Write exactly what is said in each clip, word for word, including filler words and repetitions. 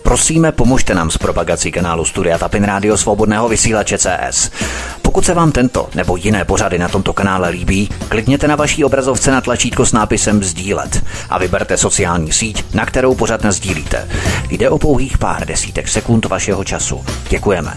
Prosíme, pomožte nám s propagací kanálu Studia Tapin Rádio Svobodného vysílače C S. Pokud se vám tento nebo jiné pořady na tomto kanále líbí, klikněte na vaší obrazovce na tlačítko s nápisem sdílet a vyberte sociální síť, na kterou pořad nasdílíte. Jde o pouhých pár desítek sekund vašeho času. Děkujeme.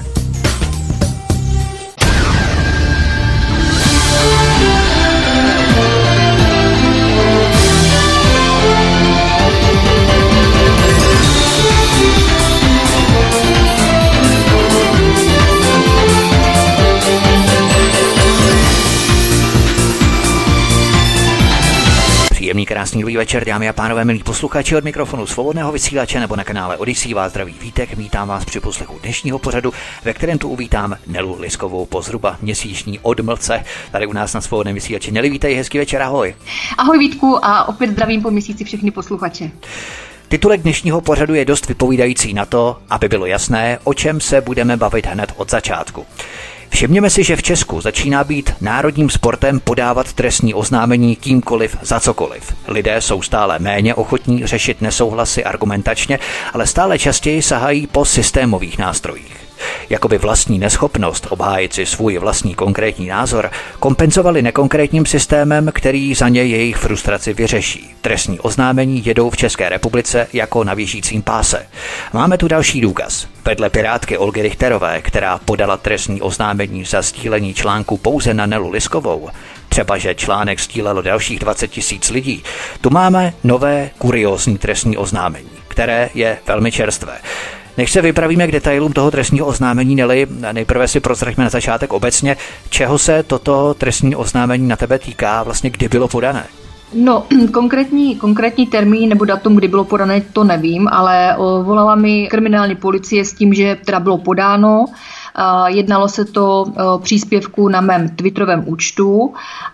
Příjemný, krásný dobrý večer, dámy a pánové, milí posluchači, od mikrofonu Svobodného vysílače nebo na kanále Odyssey vás zdraví Vítek, vítám vás při poslechu dnešního pořadu, ve kterém tu uvítám Nelu Liskovou po zhruba měsíční odmlce. Tady u nás na Svobodném vysílači. Neli, vítej, hezký večer, ahoj. Ahoj Vítku a opět zdravím po měsíci všechny posluchače. Titulek dnešního pořadu je dost vypovídající na to, aby bylo jasné, o čem se budeme bavit hned od začátku. Všimněme si, že v Česku začíná být národním sportem podávat trestní oznámení kýmkoliv za cokoliv. Lidé jsou stále méně ochotní řešit nesouhlasy argumentačně, ale stále častěji sahají po systémových nástrojích. Jakoby vlastní neschopnost obhájit si svůj vlastní konkrétní názor kompenzovali nekonkrétním systémem, který za ně jejich frustraci vyřeší. Trestní oznámení jedou v České republice jako na běžícím páse. Máme tu další důkaz. Vedle pirátky Olgy Richterové, která podala trestní oznámení za sdílení článku pouze na Nelu Liskovou, třeba že článek sdílelo dalších dvacet tisíc lidí, tu máme nové kuriózní trestní oznámení, které je velmi čerstvé. Než se vypravíme k detailům toho trestního oznámení, Neli, nejprve si prozraďme na začátek obecně, čeho se toto trestní oznámení na tebe týká, vlastně kdy bylo podané. No, konkrétní, konkrétní termín nebo datum, kdy bylo podané, to nevím, ale volala mi kriminální policie s tím, že teda bylo podáno. Jednalo se to o příspěvku na mém twitterovém účtu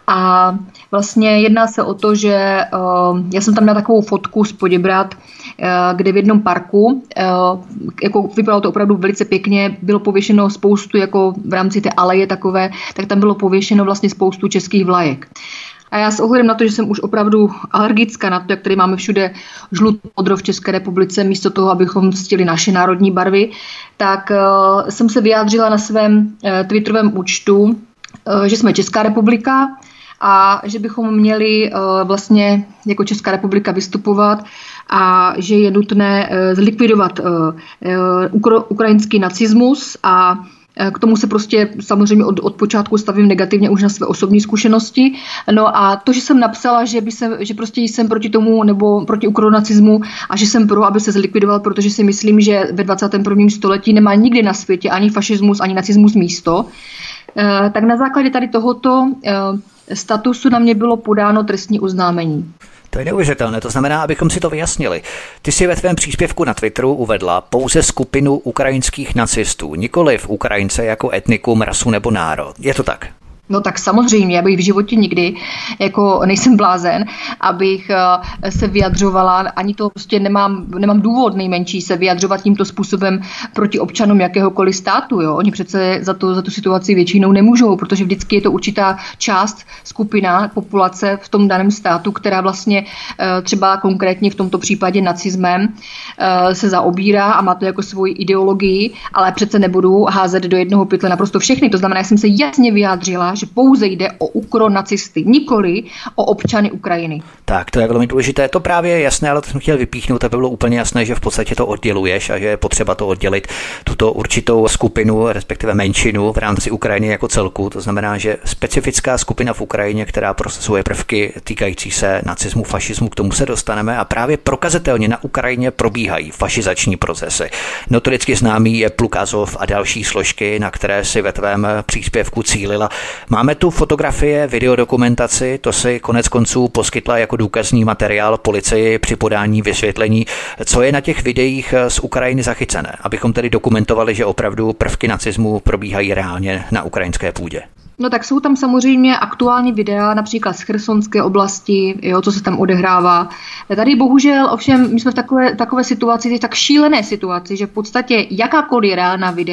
a vlastně jedná se o to, že já jsem tam měla takovou fotku z Poděbrad, kde v jednom parku, jako vypadalo to opravdu velice pěkně, bylo pověšeno spoustu, jako v rámci té aleje takové, tak tam bylo pověšeno vlastně spoustu českých vlajek. A já s ohledem na to, že jsem už opravdu alergická na to, jak tady máme všude žlutou modrou v České republice, místo toho, abychom ctili naše národní barvy, tak uh, jsem se vyjádřila na svém uh, twitterovém účtu, uh, že jsme Česká republika a že bychom měli uh, vlastně jako Česká republika vystupovat a že je nutné uh, zlikvidovat uh, uh, ukro- ukrajinský nacismus a k tomu se prostě samozřejmě od, od počátku stavím negativně už na své osobní zkušenosti. No a to, že jsem napsala, že, by se, že prostě jsem proti tomu nebo proti ukronacismu a že jsem pro, aby se zlikvidoval, protože si myslím, že ve dvacátém prvním století nemá nikdy na světě ani fašismus, ani nacismus místo, tak na základě tady tohoto statusu na mě bylo podáno trestní oznámení. To je neuvěřitelné, to znamená, abychom si to vyjasnili. Ty si ve tvém příspěvku na Twitteru uvedla pouze skupinu ukrajinských nacistů, nikoliv Ukrajince jako etnikum, rasu nebo národ. Je to tak? No tak samozřejmě, já bych v životě nikdy, jako nejsem blázen, abych se vyjadřovala, ani to prostě nemám, nemám důvod nejmenší se vyjadřovat tímto způsobem proti občanům jakéhokoliv státu. Jo? Oni přece za, to, za tu situaci většinou nemůžou, protože vždycky je to určitá část, skupina, populace v tom daném státu, která vlastně třeba konkrétně v tomto případě nacismem se zaobírá a má to jako svoji ideologii, ale přece nebudu házet do jednoho pytle naprosto všechny. To znamená, já jsem se jasně vyjádřila, že pouze jde o ukronacisty, nikoli o občany Ukrajiny. Tak, to je velmi důležité. To právě je jasné, ale to jsem chtěl vypíchnout, aby bylo úplně jasné, že v podstatě to odděluješ a že je potřeba to oddělit tuto určitou skupinu, respektive menšinu v rámci Ukrajiny jako celku. To znamená, že specifická skupina v Ukrajině, která prosazuje prvky týkající se nacismu, fašismu, k tomu se dostaneme a právě prokazatelně na Ukrajině probíhají fašizační procesy. Notoricky známý je Pluk Azov a další složky, na které si ve tvém příspěvku cílila. Máme tu fotografie, videodokumentaci, to si konec konců poskytla jako důkazní materiál policii při podání vysvětlení, co je na těch videích z Ukrajiny zachycené, abychom tedy dokumentovali, že opravdu prvky nacismu probíhají reálně na ukrajinské půdě. No tak jsou tam samozřejmě aktuální videa, například z Chersonské oblasti, jo, co se tam odehrává. Tady bohužel, ovšem, my jsme v takové, takové situaci, tak šílené situaci, že v podstatě jakákoliv reálná videa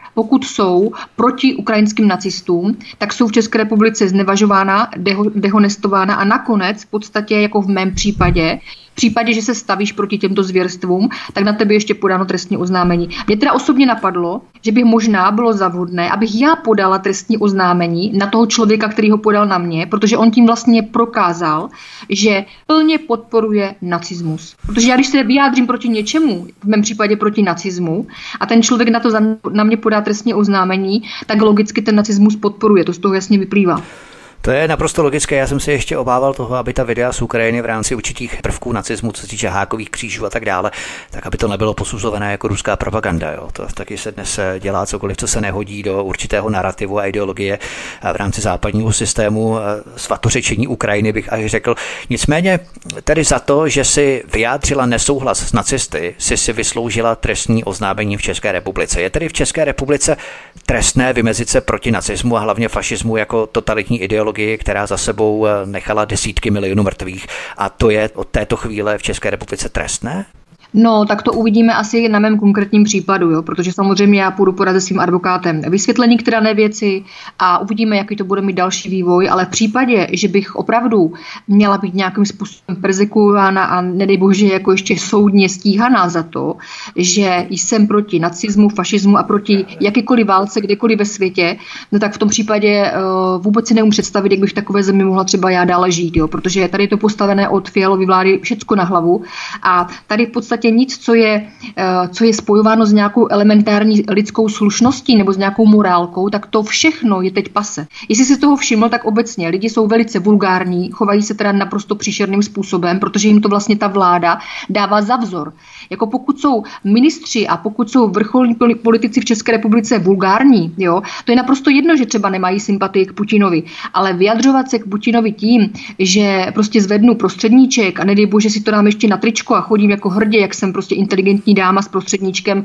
pokud jsou proti ukrajinským nacistům, tak jsou v České republice znevažována, deho, dehonestována a nakonec v podstatě, jako v mém případě, v případě, že se stavíš proti těmto zvěrstvům, tak na tebe ještě podáno trestní oznámení. Mě teda osobně napadlo, že by možná bylo zavhodné, abych já podala trestní oznámení na toho člověka, který ho podal na mě, protože on tím vlastně prokázal, že plně podporuje nacismus. Protože já, když se vyjádřím proti něčemu, v mém případě proti nacismu, a ten člověk na to za mě, na mě podá trestní oznámení, tak logicky ten nacismus podporuje. To z toho jasně vyplývá. To je naprosto logické. Já jsem si ještě obával toho, aby ta videa z Ukrajiny v rámci určitých prvků nacismu, co se týče hákových křížů a tak dále, tak aby to nebylo posuzované jako ruská propaganda. Jo. To taky se dnes dělá cokoliv, co se nehodí do určitého narrativu a ideologie v rámci západního systému svatořečení Ukrajiny, bych až řekl. Nicméně tedy za to, že si vyjádřila nesouhlas s nacisty, si si vysloužila trestní oznámení v České republice. Je tedy v České republice trestné vymezit se proti nacismu a hlavně fašismu jako totalitní ideologie, která za sebou nechala desítky milionů mrtvých, a to je od této chvíle v České republice trestné? No, tak to uvidíme asi na mém konkrétním případu, jo, protože samozřejmě já půjdu podat se svým advokátem vysvětlení k dané věci a uvidíme, jaký to bude mít další vývoj, ale v případě, že bych opravdu měla být nějakým způsobem perzekuována a nedej bože jako ještě soudně stíhaná za to, že jsem proti nacismu, fašismu a proti jakýkoliv válce kdekoliv ve světě, no tak v tom případě uh, vůbec si neumím představit, jak bych v takové zemi mohla třeba já dále žít, jo, protože tady je to postavené od Fialovy vlády všecko na hlavu a tady v podstatě nic, co je, co je spojováno s nějakou elementární lidskou slušností nebo s nějakou morálkou, tak to všechno je teď pase. Jestli si toho všiml, tak obecně lidi jsou velice vulgární, chovají se teda naprosto příšerným způsobem, protože jim to vlastně ta vláda dává za vzor. Jako pokud jsou ministři a pokud jsou vrcholní politici v České republice vulgární, jo, to je naprosto jedno, že třeba nemají sympatii k Putinovi, ale vyjadřovat se k Putinovi tím, že prostě zvednu prostředníček a nedej bože si to dám ještě na tričko a chodím jako hrdě, jak jsem prostě inteligentní dáma s prostředníčkem,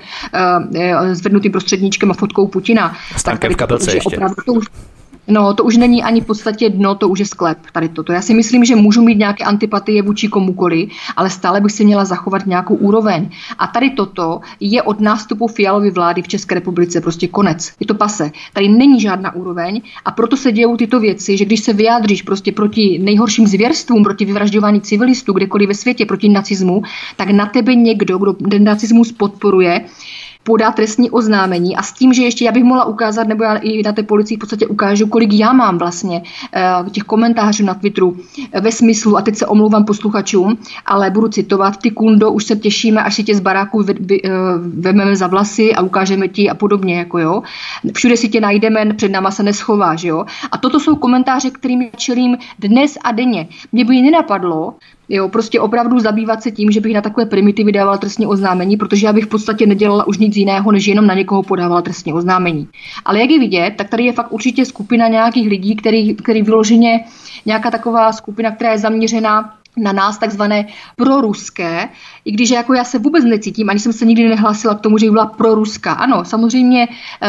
uh, zvednutým prostředníčkem a fotkou Putina. Tak v kabelce ještě. Opravdu to už, no, to už není ani v podstatě dno, to už je sklep. Tady toto. Já si myslím, že můžu mít nějaké antipatie vůči komukoli, ale stále bych si měla zachovat nějakou úroveň. A tady toto je od nástupu Fialovy vlády v České republice prostě konec. Je to pase. Tady není žádná úroveň a proto se dějou tyto věci, že když se vyjádříš prostě proti nejhorším zvěrstvům, proti vyvražďování civilistů kdekoliv ve světě, proti nacismu, tak na tebe někdo, kdo ten nacismus podporuje, podá trestní oznámení a s tím, že ještě já bych mohla ukázat, nebo já i na té policii v podstatě ukážu, kolik já mám vlastně těch komentářů na Twitteru ve smyslu, a teď se omlouvám posluchačům, ale budu citovat, ty kundo, už se těšíme, až si tě z baráku vememe za vlasy a ukážeme ti a podobně, jako jo. Všude si tě najdeme, před náma se neschováš, jo. A toto jsou komentáře, kterými čelím dnes a denně. Mě by nenapadlo, jo, prostě opravdu zabývat se tím, že bych na takové primitivy dávala trestní oznámení, protože já bych v podstatě nedělala už nic jiného, než jenom na někoho podávala trestní oznámení. Ale jak je vidět, tak tady je fakt určitě skupina nějakých lidí, který, který vyloženě nějaká taková skupina, která je zaměřená na nás takzvané proruské, i když jako já se vůbec necítím, ani jsem se nikdy nehlásila k tomu, že by byla proruská. Ano, samozřejmě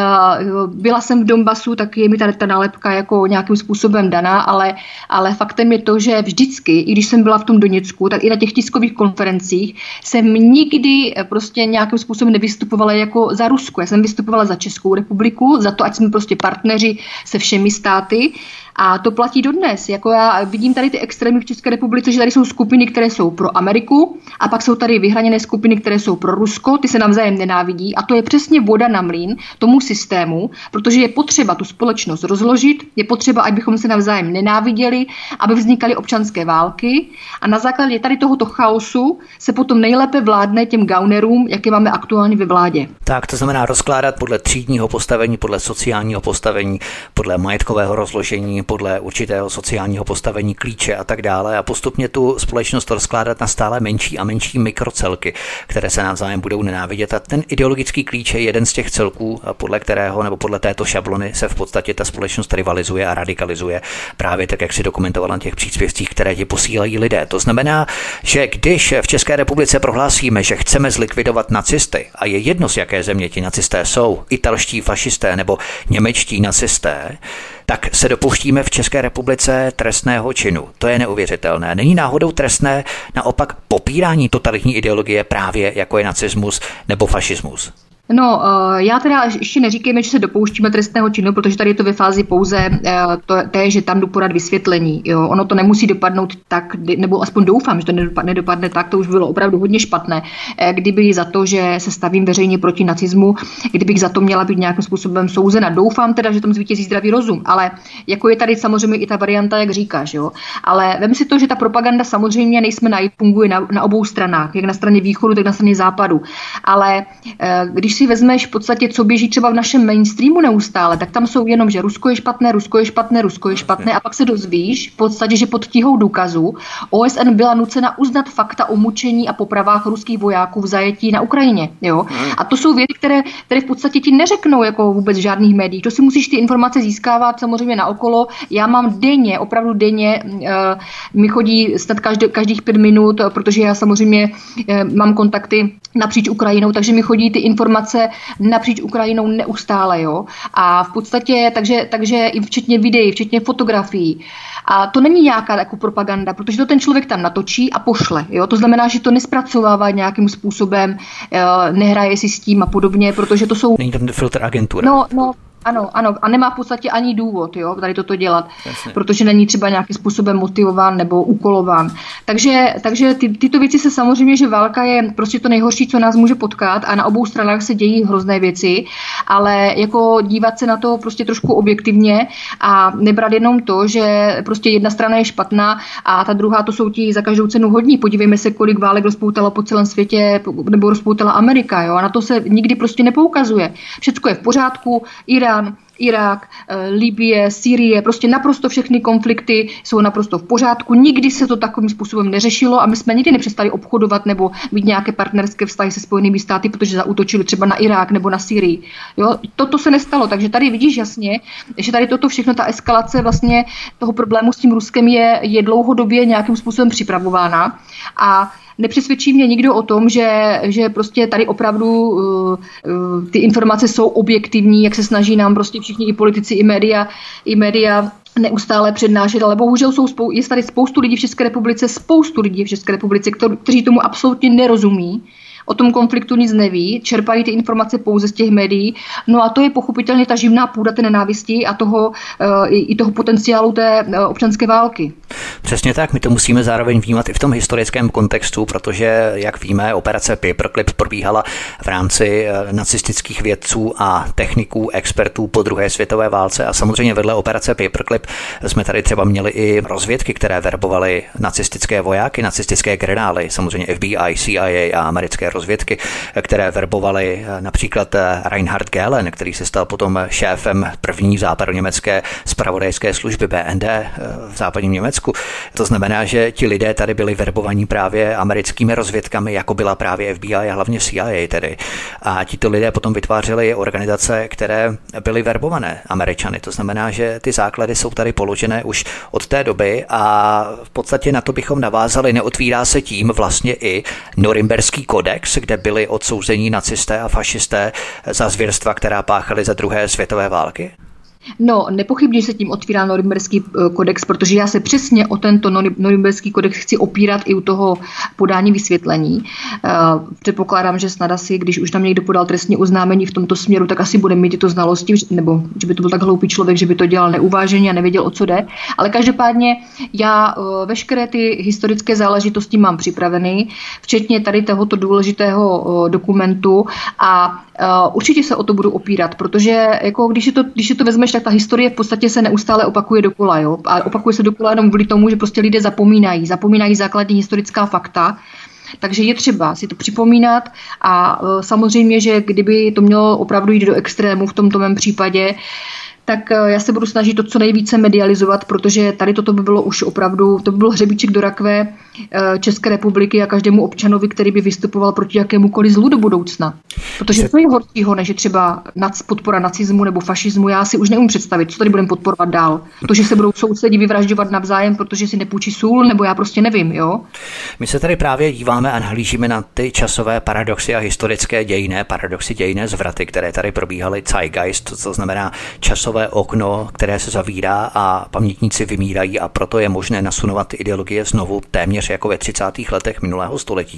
uh, byla jsem v Donbasu, tak je mi tady ta nálepka jako nějakým způsobem daná, ale, ale faktem je to, že vždycky, i když jsem byla v tom Doněcku, tak i na těch tiskových konferencích jsem nikdy prostě nějakým způsobem nevystupovala jako za Rusko. Já jsem vystupovala za Českou republiku, za to, ať jsme prostě partneři se všemi státy. A to platí dodnes. Jako já vidím tady ty extrémy v České republice, že tady jsou skupiny, které jsou pro Ameriku a pak jsou tady vyhraněné skupiny, které jsou pro Rusko, ty se navzájem nenávidí a to je přesně voda na mlýn tomu systému, protože je potřeba tu společnost rozložit, je potřeba, abychom se navzájem nenáviděli, aby vznikaly občanské války a na základě tady tohoto chaosu se potom nejlépe vládne těm gaunerům, jaké máme aktuálně ve vládě. Tak to znamená rozkládat podle třídního postavení, podle sociálního postavení, podle majetkového rozložení, podle určitého sociálního postavení, klíče a tak dále a postupně tu společnost rozkládat na stále menší a menší mikrocelky, které se navzájem budou nenávidět. A ten ideologický klíč je jeden z těch celků, podle kterého nebo podle této šablony se v podstatě ta společnost rivalizuje a radikalizuje. Právě tak, jak si dokumentoval na těch příspěvcích, které ti posílají lidé. To znamená, že když v České republice prohlásíme, že chceme zlikvidovat nacisty, a je jedno, z jaké země ti nacisté jsou, italští fašisté nebo němečtí nacisté, tak se dopouštíme v České republice trestného činu. To je neuvěřitelné. Není náhodou trestné naopak popírání totalitní ideologie právě jako je nacismus nebo fašismus? No, já teda ještě neříkejme, že se dopouštíme trestného činu, protože tady je to ve fázi pouze to, té, že tam jdu podat vysvětlení. Jo. Ono to nemusí dopadnout tak, nebo aspoň doufám, že to nedopadne tak, to už bylo opravdu hodně špatné, kdyby za to, že se stavím veřejně proti nacismu, kdybych za to měla být nějakým způsobem souzena. Doufám teda, že tam zvítězí zdravý rozum, ale jako je tady samozřejmě i ta varianta, jak říkáš, jo. Ale vem si to, že ta propaganda samozřejmě nejsme na funguje na, na obou stranách, jak na straně východu, tak na straně západu. Ale když si vezmeš v podstatě, co běží třeba v našem mainstreamu neustále, tak tam jsou jenom, že Rusko je špatné, Rusko je špatné, Rusko je špatné a pak se dozvíš v podstatě, že pod tíhou důkazů O S N byla nucena uznat fakta o mučení a popravách ruských vojáků v zajetí na Ukrajině. Jo? A to jsou věci, které, které v podstatě ti neřeknou jako vůbec v žádných médiích. To si musíš ty informace získávat samozřejmě na okolo. Já mám denně, opravdu denně, uh, mi chodí snad každý, každých pět minut, protože já samozřejmě uh, mám kontakty napříč Ukrajinou, takže mi chodí ty informace napříč Ukrajinou neustále, jo. A v podstatě, takže, takže i včetně videí, včetně fotografií. A to není nějaká jako propaganda, protože to ten člověk tam natočí a pošle, jo. To znamená, že to nespracovává nějakým způsobem, nehraje si s tím a podobně, protože to jsou... Není tam filtr agentura. No, no. Ano, ano, a nemá v podstatě ani důvod, jo, tady toto dělat, Jasně. protože není třeba nějakým způsobem motivován nebo úkolován. Takže, takže ty, tyto věci se samozřejmě, že válka je prostě to nejhorší, co nás může potkat a na obou stranách se dějí hrozné věci, ale jako dívat se na to prostě trošku objektivně a nebrat jenom to, že prostě jedna strana je špatná a ta druhá to jsou ti za každou cenu hodní. Podívejme se, kolik válek rozpoutala po celém světě nebo rozpoutala Amerika, jo, a na to se nikdy prostě nepoukazuje. Všecko je v pořádku, Irán, Irák, Libye, Sýrie, prostě naprosto všechny konflikty jsou naprosto v pořádku. Nikdy se to takovým způsobem neřešilo a my jsme nikdy nepřestali obchodovat nebo mít nějaké partnerské vztahy se Spojenými státy, protože zaútočili třeba na Irák nebo na Sýrii. Jo, toto se nestalo, takže tady vidíš jasně, že tady toto všechno, ta eskalace vlastně toho problému s tím Ruskem je, je dlouhodobě nějakým způsobem připravována a nepřesvědčí mě nikdo o tom, že, že prostě tady opravdu uh, uh, ty informace jsou objektivní, jak se snaží nám prostě všichni i politici, i média, i média neustále přednášet, ale bohužel jsou spou- je tady spoustu lidí v České republice, spoustu lidí v České republice, kteří tomu absolutně nerozumí, o tom konfliktu nic neví, čerpají ty informace pouze z těch médií. No a to je pochopitelně ta živná půda té nenávisti a toho, i toho potenciálu té občanské války. Přesně tak, my to musíme zároveň vnímat i v tom historickém kontextu, protože, jak víme, operace Paperclip probíhala v rámci nacistických vědců a techniků, expertů po druhé světové válce a samozřejmě vedle operace Paperclip jsme tady třeba měli i rozvědky, které verbovaly nacistické vojáky, nacistické generály, samozřejmě F B I, C I A a americké rozvědky, které verbovaly například Reinhard Gehlen, který se stal potom šéfem první západoněmecké zpravodajské služby B N D v západním Německu. To znamená, že ti lidé tady byli verbovaní právě americkými rozvědkami, jako byla právě F B I a hlavně C I A tedy. A tito lidé potom vytvářeli organizace, které byly verbované Američany. To znamená, že ty základy jsou tady položené už od té doby a v podstatě na to bychom navázali. Neotvírá se tím vlastně i Norimberský kodex, kde byli odsouzení nacisté a fašisté za zvěrstva, která páchali za druhé světové války? No, nepochybně se tím otvírá Norimberský kodex, protože já se přesně o tento Norimberský kodex chci opírat i u toho podání vysvětlení. Předpokládám, že snad asi, když už tam někdo podal trestní oznámení v tomto směru, tak asi bude mít tyto znalosti, nebo že by to byl tak hloupý člověk, že by to dělal neuváženě a nevěděl, o co jde. Ale každopádně já veškeré ty historické záležitosti mám připraveny, včetně tady tohoto důležitého dokumentu a určitě se o to budu opírat, protože jako když, je to, když je to vezmeš, tak ta historie v podstatě se neustále opakuje dokola. Jo? A opakuje se dokola jenom kvůli tomu, že prostě lidé zapomínají. Zapomínají základní historická fakta. Takže je třeba si to připomínat a samozřejmě, že kdyby to mělo opravdu jít do extrému v tomto mém případě, tak já se budu snažit to co nejvíce medializovat, protože tady toto by bylo už opravdu, to by byl hřebíček do rakve České republiky a každému občanovi, který by vystupoval proti jakémukoliv zlu do budoucna. Protože co je horšího, než je třeba podpora nacismu nebo fašismu, já si už neumím představit, co tady budeme podporovat dál. To, že se budou sousedi vyvražďovat navzájem, protože si nepůjčí sůl, nebo já prostě nevím, jo. My se tady právě díváme a nahlížíme na ty časové paradoxy a historické dějinné paradoxy, dějinné zvraty, které tady probíhaly, zeitgeist, to znamená časové časové okno, které se zavírá a pamětníci vymírají a proto je možné nasunovat ty ideologie znovu téměř jako ve třicátých letech minulého století.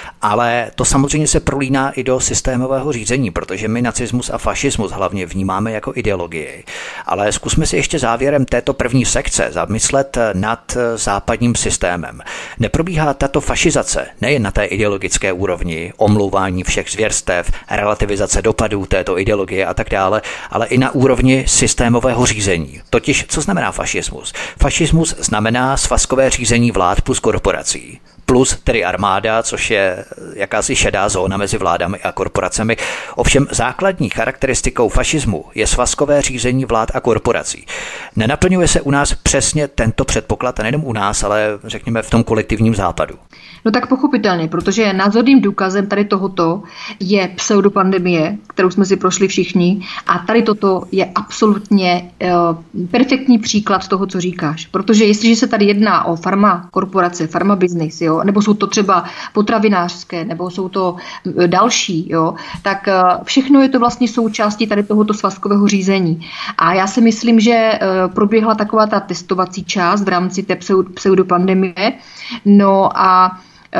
Ale to samozřejmě se prolíná i do systémového řízení, protože my nacismus a fašismus hlavně vnímáme jako ideologii. Ale zkusme si ještě závěrem této první sekce zamyslet nad západním systémem. Neprobíhá tato fašizace nejen na té ideologické úrovni, omlouvání všech zvěrstev, relativizace dopadů této ideologie a tak dále, ale i na úrovni systémového řízení. Totiž, co znamená fašismus? Fašismus znamená svazkové řízení vlád plus korporací. Plus tedy armáda, což je jakási šedá zóna mezi vládami a korporacemi. Ovšem základní charakteristikou fašismu je svazkové řízení vlád a korporací. Nenaplňuje se u nás přesně tento předpoklad, a nejenom u nás, ale řekněme v tom kolektivním západu. No tak pochopitelně, protože názorným důkazem tady tohoto je pseudopandemie, kterou jsme si prošli všichni, a tady toto je absolutně uh, perfektní příklad toho, co říkáš. Protože jestliže se tady jedná o farma korporace, farma business, jo, nebo jsou to třeba potravinářské, nebo jsou to další, jo, tak uh, všechno je to vlastně součástí tady tohoto svazkového řízení. A já si myslím, že uh, proběhla taková ta testovací část v rámci té pseudopandemie, no a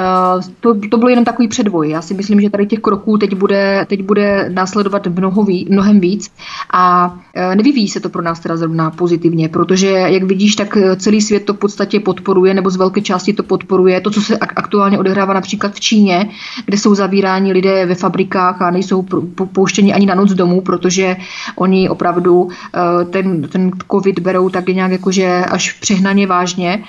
To, to bylo jenom takový předvoj. Já si myslím, že tady těch kroků teď bude, teď bude následovat mnoho ví, mnohem víc a nevyvíjí se to pro nás teda zrovna pozitivně, protože jak vidíš, tak celý svět to v podstatě podporuje, nebo z velké části to podporuje. To, co se aktuálně odehrává například v Číně, kde jsou zavíráni lidé ve fabrikách a nejsou pouštěni ani na noc domů, protože oni opravdu ten, ten covid berou tak nějak jakože až přehnaně vážně.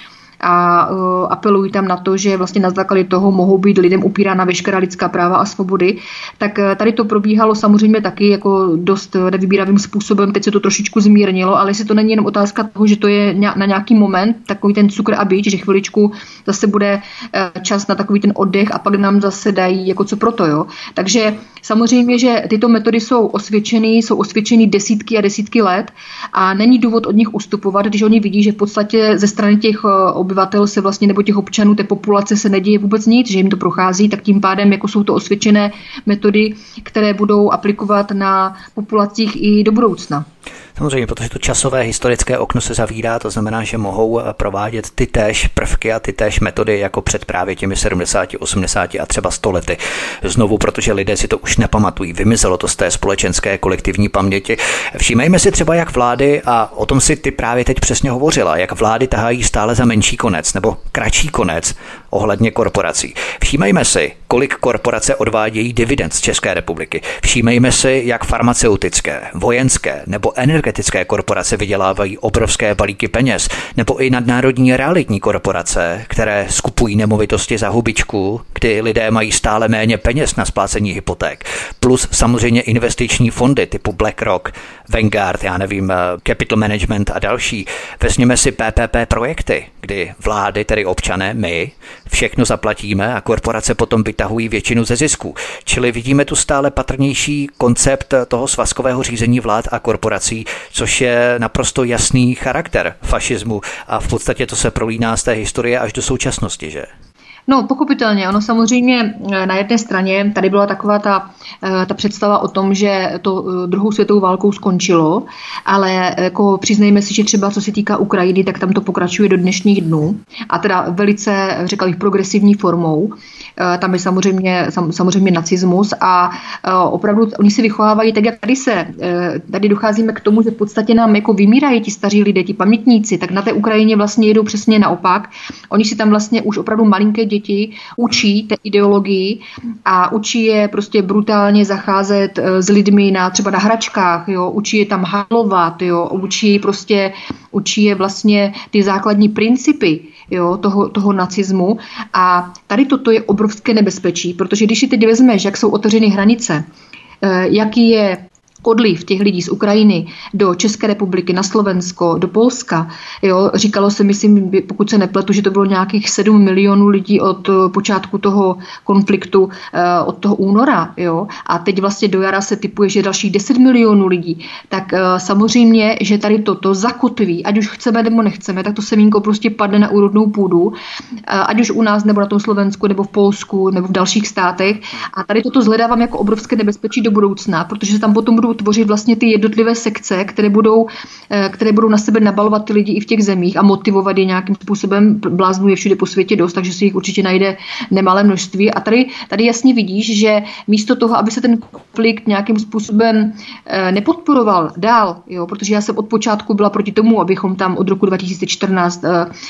A uh, apelují tam na to, že vlastně na základě toho mohou být lidem upírána veškerá lidská práva a svobody, tak uh, tady to probíhalo samozřejmě taky jako dost nevybíravým způsobem, teď se to trošičku zmírnilo, ale jestli to není jenom otázka toho, že to je na nějaký moment, takový ten cukr a bič, že chviličku zase bude uh, čas na takový ten oddech a pak nám zase dají jako co proto, jo. Takže samozřejmě, že tyto metody jsou osvědčeny, jsou osvědčeny desítky a desítky let a není důvod od nich ustupovat, když oni vidí, že v podstatě ze strany těch obyvatel se vlastně, nebo těch občanů té populace se neděje vůbec nic, že jim to prochází, tak tím pádem jako jsou to osvědčené metody, které budou aplikovat na populacích i do budoucna. Samozřejmě, protože to časové historické okno se zavírá, to znamená, že mohou provádět ty též prvky a ty též metody jako před právě těmi sedmdesáti, osmdesáti a třeba sto lety. Znovu, protože lidé si to už nepamatují, vymizelo to z té společenské kolektivní paměti. Všímejme si třeba, jak vlády, a o tom si ty právě teď přesně hovořila, jak vlády tahají stále za menší konec nebo kratší konec ohledně korporací. Všímejme si, kolik korporace odvádějí dividend z České republiky. Všímejme si, jak farmaceutické, vojenské nebo energetické korporace vydělávají obrovské balíky peněz, nebo i nadnárodní realitní korporace, které skupují nemovitosti za hubičku, kdy lidé mají stále méně peněz na splácení hypoték. Plus samozřejmě investiční fondy typu BlackRock, Vanguard, já nevím, Capital Management a další. Vezměme si P P P projekty, kdy vlády, tedy občané, my, všechno zaplatíme a korporace potom vytahují většinu ze zisku. Čili vidíme tu stále patrnější koncept toho svazkového řízení vlád a korporací, což je naprosto jasný charakter fašismu a v podstatě to se prolíná z té historie až do současnosti, že? No, pochopitelně. Ono samozřejmě na jedné straně tady byla taková ta, ta představa o tom, že to druhou světovou válkou skončilo, ale jako přiznejme si, že třeba co se týká Ukrajiny, tak tam to pokračuje do dnešních dnů a teda velice, řekla bych, progresivní formou. Tam je samozřejmě, samozřejmě nacismus a opravdu oni se vychovávají tak, jak tady se, tady docházíme k tomu, že v podstatě nám jako vymírají ti staří lidé, ti pamětníci, tak na té Ukrajině vlastně jedou přesně naopak. Oni si tam vlastně už opravdu malinké děti učí té ideologii a učí je prostě brutálně zacházet s lidmi na třeba na hračkách, jo, učí je tam halovat, jo, učí prostě, učí je vlastně ty základní principy, jo, toho, toho nacismu a tady toto je obrovské nebezpečí, protože když si teď vezmeš, jak jsou otevřeny hranice, jaký je odliv těch lidí z Ukrajiny do České republiky, na Slovensko, do Polska. Jo, říkalo se, myslím, pokud se nepletu, že to bylo nějakých sedm milionů lidí od počátku toho konfliktu, od toho února. Jo, a teď vlastně do jara se tipuje, že dalších deset milionů lidí. Tak samozřejmě, že tady toto zakotví, ať už chceme nebo nechceme, tak to semínko prostě padne na úrodnou půdu, ať už u nás, nebo na tom Slovensku, nebo v Polsku, nebo v dalších státech. A tady toto zhledávám jako obrovské nebezpečí do budoucna, protože se tam potom budou budou tvořit vlastně ty jednotlivé sekce, které budou, které budou na sebe nabalovat ty lidi i v těch zemích a motivovat je nějakým způsobem. Bláznů je všude po světě dost, takže si jich určitě najde nemalé množství. A tady, tady jasně vidíš, že místo toho, aby se ten konflikt nějakým způsobem nepodporoval dál, jo, protože já jsem od počátku byla proti tomu, abychom tam od roku dva tisíce čtrnáct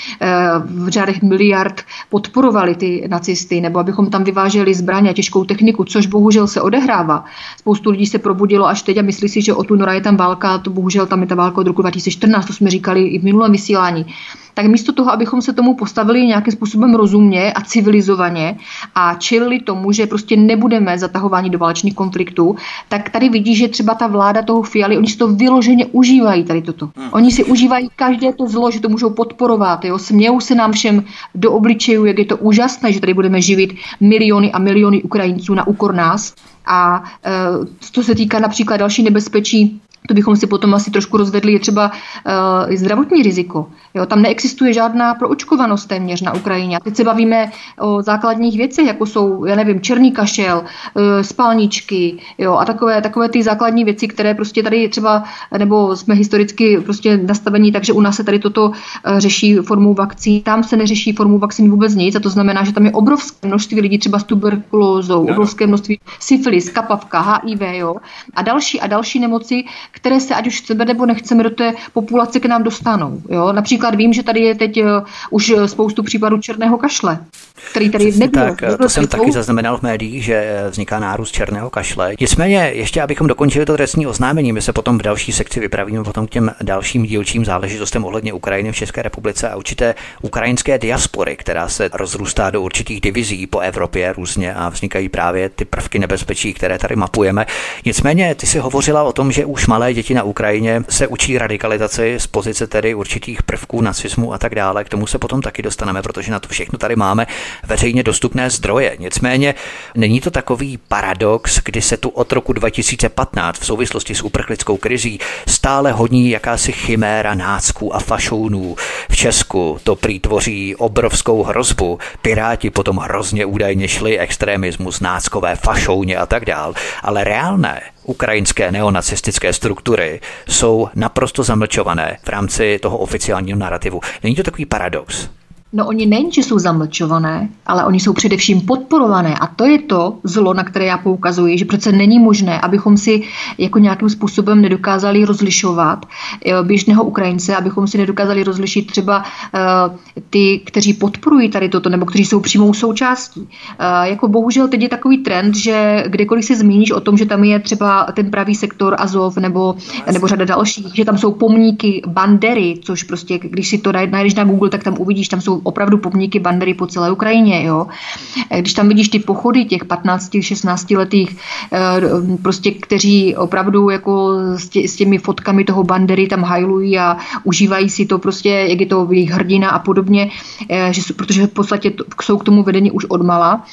v řádech miliard podporovali ty nacisty, nebo abychom tam vyváželi zbraně a těžkou techniku, což bohužel se odehrává. Spoustu lidí se probudilo až teď a myslí si, že od února je tam válka, to bohužel tam je ta válka od roku dva tisíce čtrnáct, to jsme říkali i v minulém vysílání. Tak místo toho, abychom se tomu postavili nějakým způsobem rozumně a civilizovaně a čelili tomu, že prostě nebudeme zatahováni do válečných konfliktů, tak tady vidí, že třeba ta vláda toho Fialy, oni si to vyloženě užívají tady toto. Oni si užívají každé to zlo, že to můžou podporovat, jo? Smějou se nám všem do obličejů, jak je to úžasné, že tady budeme živit miliony a miliony Ukrajinců na úkor nás. A e, to se týká například další nebezpečí, to bychom si potom asi trošku rozvedli, je třeba uh, zdravotní riziko. Jo, tam neexistuje žádná proočkovanost téměř na Ukrajině. A teď se bavíme o základních věcech, jako jsou, já nevím, černý kašel, uh, spalničky, jo, a takové, takové ty základní věci, které prostě tady třeba, nebo jsme historicky prostě nastavení, takže u nás se tady toto uh, řeší formou vakcín. Tam se neřeší formou vakcín vůbec nic, a to znamená, že tam je obrovské množství lidí třeba s tuberkulózou, obrovské množství syfilis, kapavka, H I V, jo, a další a další nemoci, které se, ať už chceme nebo nechceme, do té populace k nám dostanou. Jo? Například vím, že tady je teď uh, už spoustu případů černého kašle, který tady Přesně nebyl. Tak, to jsem taky zaznamenal v médiích, že vzniká nárůst černého kašle. Nicméně, ještě abychom dokončili to trestní oznámení, my se potom v další sekci vypravíme potom k těm dalším dílčím záležitostem ohledně Ukrajiny v České republice a určité ukrajinské diaspory, která se rozrůstá do určitých divizí po Evropě různě a vznikají právě ty prvky nebezpečí, které tady mapujeme. Nicméně, ty si hovořila o tom, že už malé děti na Ukrajině se učí radikalizaci z pozice tedy určitých prvků nacismu a tak dále. K tomu se potom taky dostaneme, protože na to všechno tady máme veřejně dostupné zdroje. Nicméně není to takový paradox, kdy se tu od roku dva tisíce patnáct v souvislosti s uprchlickou krizí stále honí jakási chiméra nácků a fašounů. V Česku to prý tvoří obrovskou hrozbu. Piráti potom hrozně údajně šli extremismus, náckové, fašouně a tak dál. Ale reálné ukrajinské neonacistické struktury jsou naprosto zamlčované v rámci toho oficiálního narrativu. Není to takový paradox? No oni nejen, že jsou zamlčované, ale oni jsou především podporované a to je to zlo, na které já poukazuji, že přece není možné, abychom si jako nějakým způsobem nedokázali rozlišovat běžného Ukrajince, abychom si nedokázali rozlišit třeba uh, ty, kteří podporují tady toto, nebo kteří jsou přímou součástí. Uh, jako bohužel teď je takový trend, že kdekoliv se zmíníš o tom, že tam je třeba ten pravý sektor Azov nebo, nebo řada dalších, že tam jsou pomníky Bandery, což prostě, když si to najdeš na Google, tak tam uvidíš, tam jsou opravdu pomníky Bandery po celé Ukrajině, jo. Když tam vidíš ty pochody těch patnácti šestnácti letých, prostě, kteří opravdu jako s těmi fotkami toho Bandery tam hajlují a užívají si to prostě, jak je to jejich hrdina a podobně, že, protože v podstatě jsou k tomu vedeni už odmala.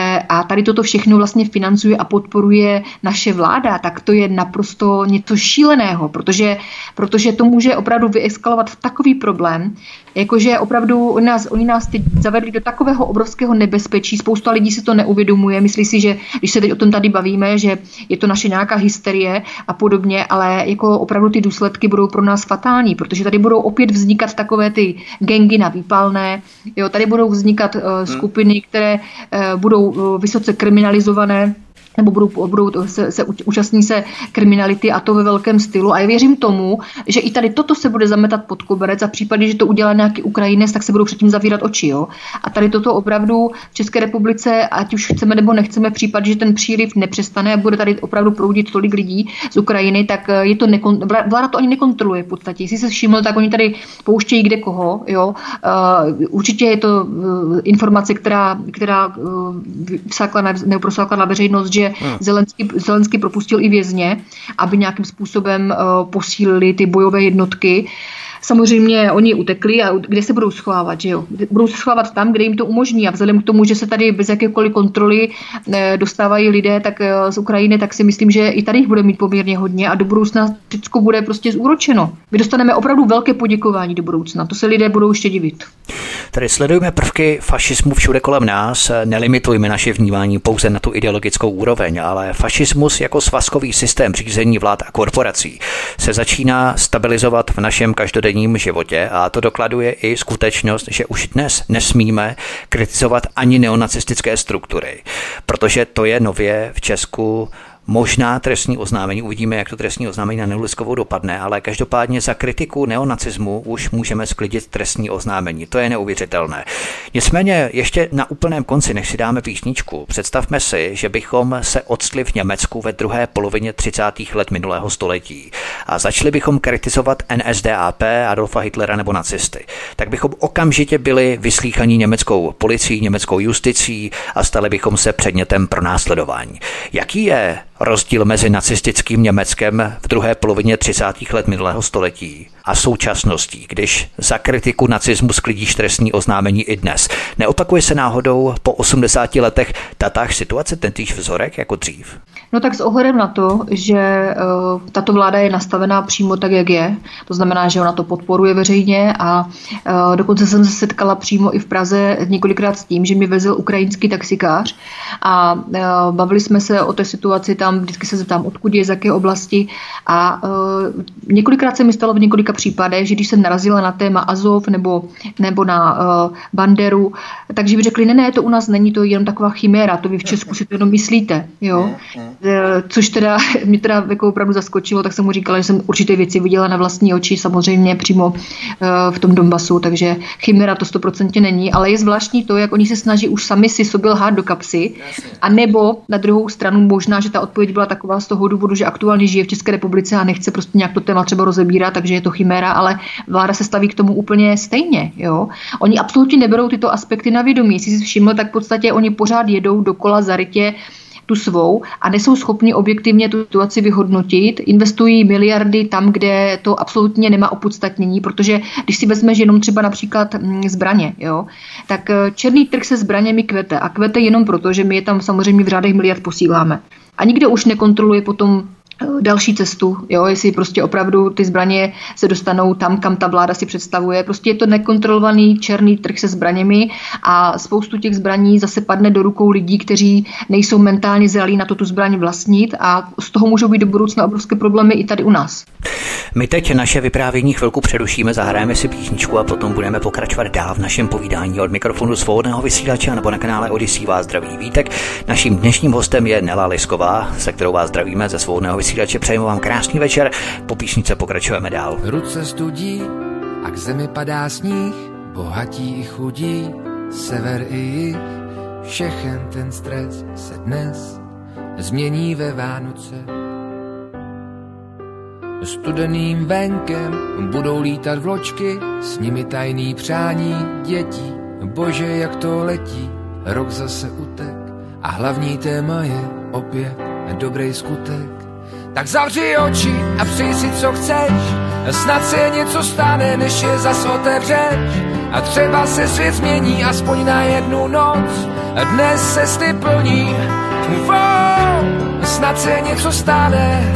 A tady toto všechno vlastně financuje a podporuje naše vláda, tak to je naprosto něco šíleného, protože, protože to může opravdu vyeskalovat v takový problém, jakože opravdu nás, oni nás teď zavedli do takového obrovského nebezpečí, spousta lidí si to neuvědomuje, myslí si, že když se teď o tom tady bavíme, že je to naše nějaká hysterie a podobně, ale jako opravdu ty důsledky budou pro nás fatální, protože tady budou opět vznikat takové ty gangy na výpalné, jo, tady budou vznikat uh, skupiny, které uh, budou uh, vysoce kriminalizované, nebo budou, budou se, se účastní se kriminality a to ve velkém stylu. A já věřím tomu, že i tady toto se bude zametat pod koberec a v případě, že to udělá nějaký Ukrajinec, tak se budou předtím zavírat oči. Jo? A tady toto opravdu v České republice, ať už chceme nebo nechceme, v případě, že ten příliv nepřestane a bude tady opravdu proudit tolik lidí z Ukrajiny, tak je to nekon, vláda to ani nekontroluje v podstatě. Jestli se všiml, tak oni tady pouštějí kde koho. Jo? Uh, určitě je to uh, informace, která, která uh, vsákla na, neprosákla na veřejnost, že Hmm. Zelenský, Zelenský propustil i vězně, aby nějakým způsobem uh, posílili ty bojové jednotky. samozřejmě oni utekli a kde se budou schovávat, že jo? Budou se schovávat tam, kde jim to umožní a vzhledem k tomu, že se tady bez jakékoliv kontroly dostávají lidé tak z Ukrajiny, tak si myslím, že i tady jich bude mít poměrně hodně a do budoucna Řecko bude prostě zúročeno. My dostaneme opravdu velké poděkování do budoucna, to se lidé budou ještě divit. Tady sledujeme prvky fašismu všude kolem nás, nelimitujme naše vnímání pouze na tu ideologickou úroveň, ale fašismus jako svazkový systém řízení vlád a korporací se začíná stabilizovat v našem každodenním životě a to dokladuje i skutečnost, že už dnes nesmíme kritizovat ani neonacistické struktury, protože to je nově v Česku možná trestní oznámení. Uvidíme, jak to trestní oznámení na Nelu Liskovou dopadne, ale každopádně za kritiku neonacismu už můžeme sklidit trestní oznámení. To je neuvěřitelné. Nicméně ještě na úplném konci, než si dáme písničku, představme si, že bychom se octli v Německu ve druhé polovině třicátých let minulého století a začali bychom kritizovat N S D A P, Adolfa Hitlera nebo nacisty. Tak bychom okamžitě byli vyslýchaní německou policií, německou justicí a stali bychom se předmětem pronásledování. Jaký je rozdíl mezi nacistickým Německem v druhé polovině třicátých let minulého století a současností, když za kritiku nacismu sklidíš trestní oznámení i dnes? Neopakuje se náhodou po osmdesáti letech tatáž situace, tentýž vzorek jako dřív? No tak s ohledem na to, že uh, tato vláda je nastavená přímo tak, jak je, to znamená, že ona to podporuje veřejně a uh, dokonce jsem se setkala přímo i v Praze několikrát s tím, že mi vezl ukrajinský taxikář a uh, bavili jsme se o té situaci tam, vždycky se zeptám, odkud je, z jaké oblasti a uh, několikrát se mi stalo v několika případech, že když jsem narazila na téma Azov nebo, nebo na uh, Banderu, takže by řekli, ne, ne, to u nás není, to je jenom taková chiméra, to vy v Česku si to jenom myslíte, jo. Což teda mě teda jako opravdu zaskočilo, tak jsem mu říkala, že jsem určité věci viděla na vlastní oči, samozřejmě přímo v tom Donbasu, takže chimera to stoprocentně není, ale je zvláštní to, jak oni se snaží už sami si sobě lhát do kapsy, a nebo na druhou stranu možná, že ta odpověď byla taková z toho důvodu, že aktuálně žije v České republice a nechce prostě nějak to téma třeba rozebírat, takže je to chimera, ale vláda se staví k tomu úplně stejně, jo. Oni absolutně neberou tyto aspekty na vědomí. Jestli si všiml, tak v podstatě oni pořád jedou dokola zarytě tu svou a nejsou schopni objektivně tu situaci vyhodnotit, investují miliardy tam, kde to absolutně nemá opodstatnění, protože když si vezmeš jenom třeba například zbraně, jo, tak černý trh se zbraněmi kvete a kvete jenom proto, že my je tam samozřejmě v řádech miliard posíláme. A nikdo už nekontroluje potom další cestu, jo, jestli prostě opravdu ty zbraně se dostanou tam, kam ta vláda si představuje. Prostě je to nekontrolovaný černý trh se zbraněmi a spoustu těch zbraní zase padne do rukou lidí, kteří nejsou mentálně zralí na to tu zbraň vlastnit a z toho můžou být do budoucna obrovské problémy i tady u nás. My teď naše vyprávění chvilku přerušíme, zahrajeme si písničku a potom budeme pokračovat dál v našem povídání. Od mikrofonu Svobodného vysílače nebo na kanále Odyssey vás zdraví Vítek. Naším dnešním hostem je Nela Lisková, se kterou vás zdravíme ze Svobodného vysílače. Přejeme vám krásný večer, po písničce pokračujeme dál. Ruce studí a k zemi padá sníh, bohatí i chudí, sever i jih, všechen ten stres se dnes změní ve Vánoce. Studeným venkem budou lítat vločky, s nimi tajný přání dětí. Bože, jak to letí, rok zase utek a hlavní téma je opět dobrý skutek. Tak zavři oči a přij si, co chceš, snad se něco stane, než je zas otevřeš. A třeba se svět změní aspoň na jednu noc, dnes se sny plní, wow, snad se něco stane.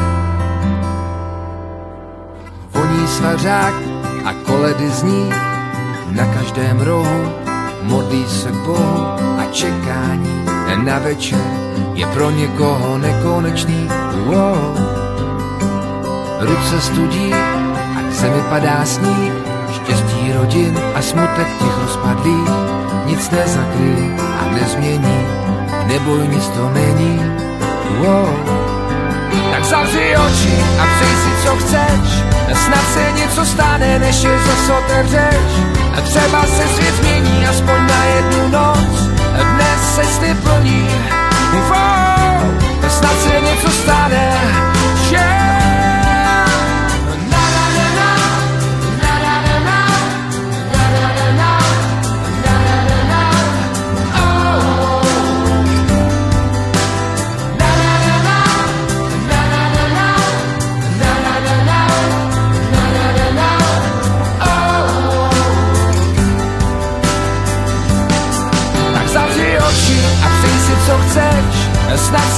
Voní svařák a koledy zní na každém rohu, modlí se k Bohu a čekání na večer je pro někoho nekonečný. Wow. Ruce studí a k zemi padá sníh, štěstí rodin a smutek těch rozpadlých nic nezakryje a nezmění, neboj, nic to není. Wow. Tak zavři oči a přij si, co chceš, snad se něco stane, než je zas otevřeš. A třeba se svět změní aspoň na jednu noc, dnes se sny plní, wow, snad se něco stane, yeah.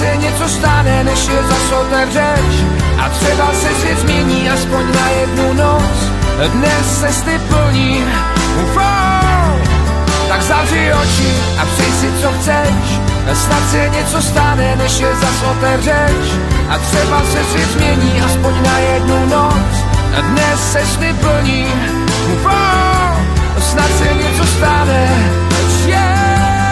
se něco stane, než je zas otevřeš. A třeba se svět změní aspoň na jednu noc. Dnes se sny plní, ufou. Tak zavři oči a přij si, co chceš. Snad se něco stane, než je zas otevřeš. A třeba se svět změní aspoň na jednu noc. Dnes se sny plní, ufou. Snad se něco stane, yeah.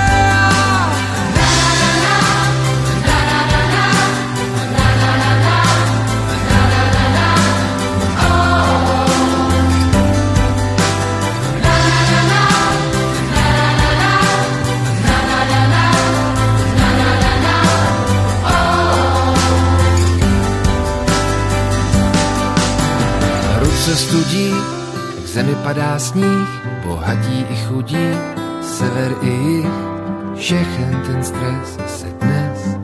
Se studí, k zemi padá sníh, bohatí i chudí, sever i jih, všechen ten stres se dnes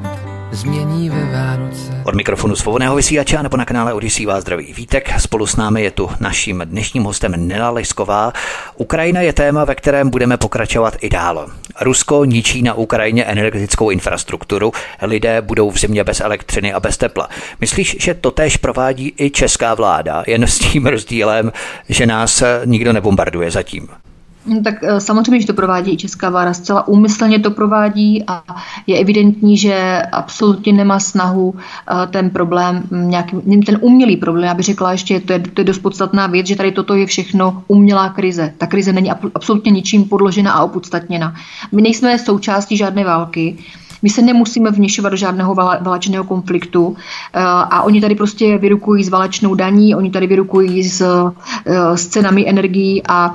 změní ve Vánoce. Od mikrofonu Svobodného vysílače nebo na kanále Odyssey vás zdraví Vítek. Spolu s námi je tu naším dnešním hostem Nela Lesková. Ukrajina je téma, ve kterém budeme pokračovat i dál. Rusko ničí na Ukrajině energetickou infrastrukturu, lidé budou v zimě bez elektřiny a bez tepla. Myslíš, že totéž provádí i česká vláda, jen s tím rozdílem, že nás nikdo nebombarduje zatím? Tak samozřejmě, že to provádí i česká vláda, zcela úmyslně to provádí a je evidentní, že absolutně nemá snahu ten problém, nějaký, ten umělý problém, já bych řekla ještě, to je, to je dost podstatná věc, že tady toto je všechno umělá krize. Ta krize není absolutně ničím podložena a opodstatněna. My nejsme součástí žádné války, my se nemusíme vměšovat do žádného válečného konfliktu a oni tady prostě vyrukují s válečnou daní, oni tady vyrukují s, s cenami energií a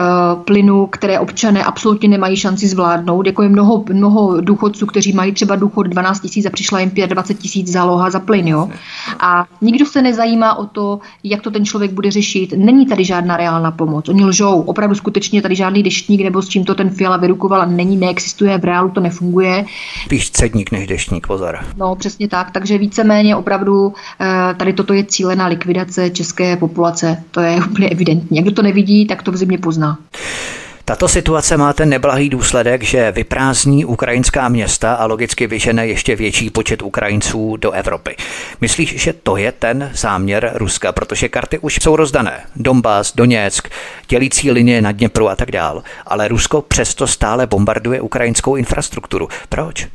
plynu, které občané absolutně nemají šanci zvládnout. Jako je mnoho, mnoho důchodců, kteří mají třeba důchod dvanáct tisíc a přišla jim dvacet pět tisíc záloha za plyn. Jo? A nikdo se nezajímá o to, jak to ten člověk bude řešit. Není tady žádná reálná pomoc. Oni lžou. Opravdu skutečně tady žádný deštník nebo s čím to ten Fiala vyrukoval není, neexistuje, v reálu to nefunguje. Spíš cedník než deštník, pozor. No, přesně tak, takže víceméně opravdu tady toto je cílená likvidace české populace, to je úplně evidentní. Jak kdo to nevidí, tak to v zimě pozná. Tato situace má ten neblahý důsledek, že vyprázdní ukrajinská města a logicky vyžene ještě větší počet Ukrajinců do Evropy. Myslíš, že to je ten záměr Ruska, protože karty už jsou rozdané. Donbas, Doněck, dělící linie na Dněpru a tak dál, ale Rusko přesto stále bombarduje ukrajinskou infrastrukturu. Proč?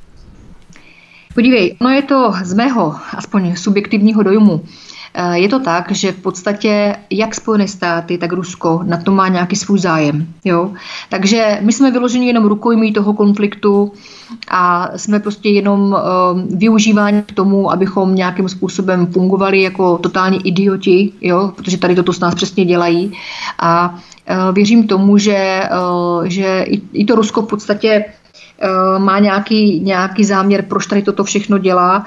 Podívej, no je to z mého, aspoň subjektivního dojmu, je to tak, že v podstatě jak Spojené státy, tak Rusko na to má nějaký svůj zájem. Jo? Takže my jsme vyloženi jenom rukojmí toho konfliktu a jsme prostě jenom uh, využíváni k tomu, abychom nějakým způsobem fungovali jako totální idioti, jo? Protože tady toto s nás přesně dělají. A uh, věřím tomu, že, uh, že i, i to Rusko v podstatě uh, má nějaký, nějaký záměr, proč tady toto všechno dělá.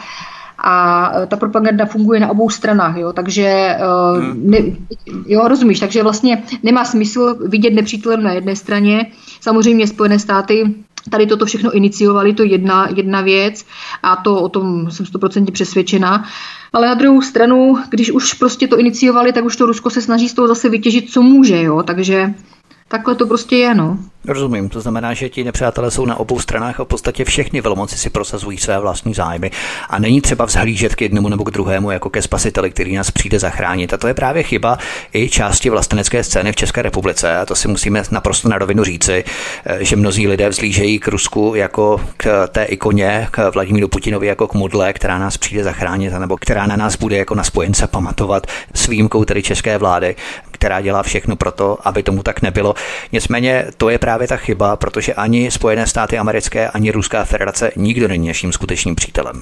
A ta propaganda funguje na obou stranách, jo, takže ne, jo, rozumíš, takže vlastně nemá smysl vidět nepřítele na jedné straně. Samozřejmě Spojené státy tady toto všechno iniciovali, to je jedna, jedna věc a to o tom jsem stoprocentně přesvědčena. Ale na druhou stranu, když už prostě to iniciovali, tak už to Rusko se snaží z toho zase vytěžit, co může, jo, takže takhle to prostě je, no. Rozumím, to znamená, že ti nepřátelé jsou na obou stranách a v podstatě všechny velmoci si prosazují své vlastní zájmy a není třeba vzhlížet k jednomu nebo k druhému jako ke spasiteli, který nás přijde zachránit. A to je právě chyba i části vlastenecké scény v České republice a to si musíme naprosto na rovinu říci, že mnozí lidé vzhlížejí k Rusku jako k té ikoně, k Vladimíru Putinovi jako k modle, která nás přijde zachránit nebo která na nás bude jako na spojence pamatovat s výjimkou tedy české vlády, která dělá všechno pro to, aby tomu tak nebylo. Nicméně to je právě ta chyba, protože ani Spojené státy americké, ani Ruská federace nikdo není naším skutečným přítelem.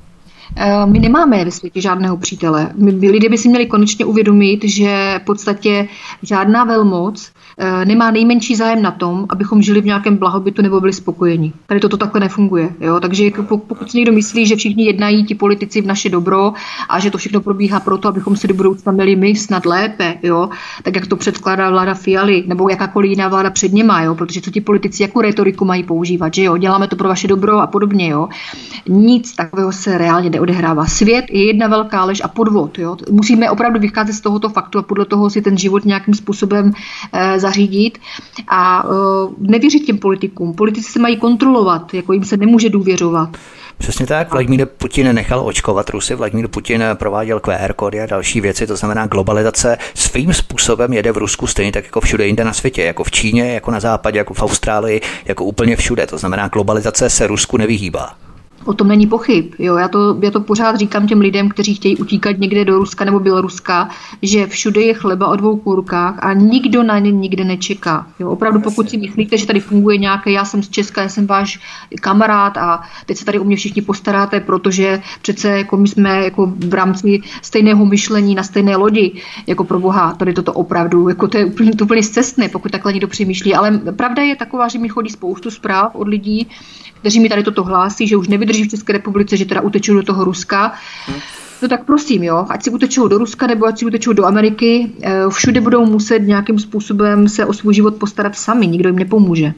My nemáme ve světě žádného přítele. My, lidé by si měli konečně uvědomit, že v podstatě žádná velmoc nemá nejmenší zájem na tom, abychom žili v nějakém blahobytu nebo byli spokojeni. Tady toto takhle nefunguje. Jo? Takže pokud si někdo myslí, že všichni jednají ti politici v naše dobro a že to všechno probíhá proto, abychom si do budoucna měli my snad lépe, jo? Tak jak to předkládá vláda Fialy nebo jakákoliv jiná vláda před něma, jo? Protože co ti politici jako retoriku mají používat, že jo? Děláme to pro vaše dobro a podobně. Jo? Nic takového se reálně neodehrává. Svět je jedna velká lež a podvod. Jo? Musíme opravdu vycházet z tohoto faktu a podle toho si ten život nějakým způsobem eh, zařídit a uh, nevěřit těm politikům. Politici se mají kontrolovat, jako jim se nemůže důvěřovat. Přesně tak. Vladimír Putin nechal očkovat Rusy, Vladimír Putin prováděl Q R kódy a další věci, to znamená globalizace svým způsobem jede v Rusku stejně tak jako všude jinde na světě, jako v Číně, jako na západě, jako v Austrálii, jako úplně všude. To znamená globalizace se Rusku nevyhýbá. O tom není pochyb. Jo, já, to, já to pořád říkám těm lidem, kteří chtějí utíkat někde do Ruska nebo Běloruska, že všude je chleba o dvou kůrkách a nikdo na ně nikde nečeká. Jo, opravdu pokud si myslíte, že tady funguje nějaké, já jsem z Česka, já jsem váš kamarád a teď se tady o mě všichni postaráte, protože přece jako my jsme jako v rámci stejného myšlení na stejné lodi, jako pro Boha, tady toto opravdu, jako to je úplně, to úplně scestné, pokud takhle někdo přemýšlí. Ale pravda je taková, že mi chodí spoustu zpráv od lidí, kteří mi tady toto hlásí, že už nevydrží v České republice, že teda utečou do toho Ruska. No tak prosím, jo, ať si utečou do Ruska nebo ať si utečou do Ameriky, všude budou muset nějakým způsobem se o svůj život postarat sami, nikdo jim nepomůže.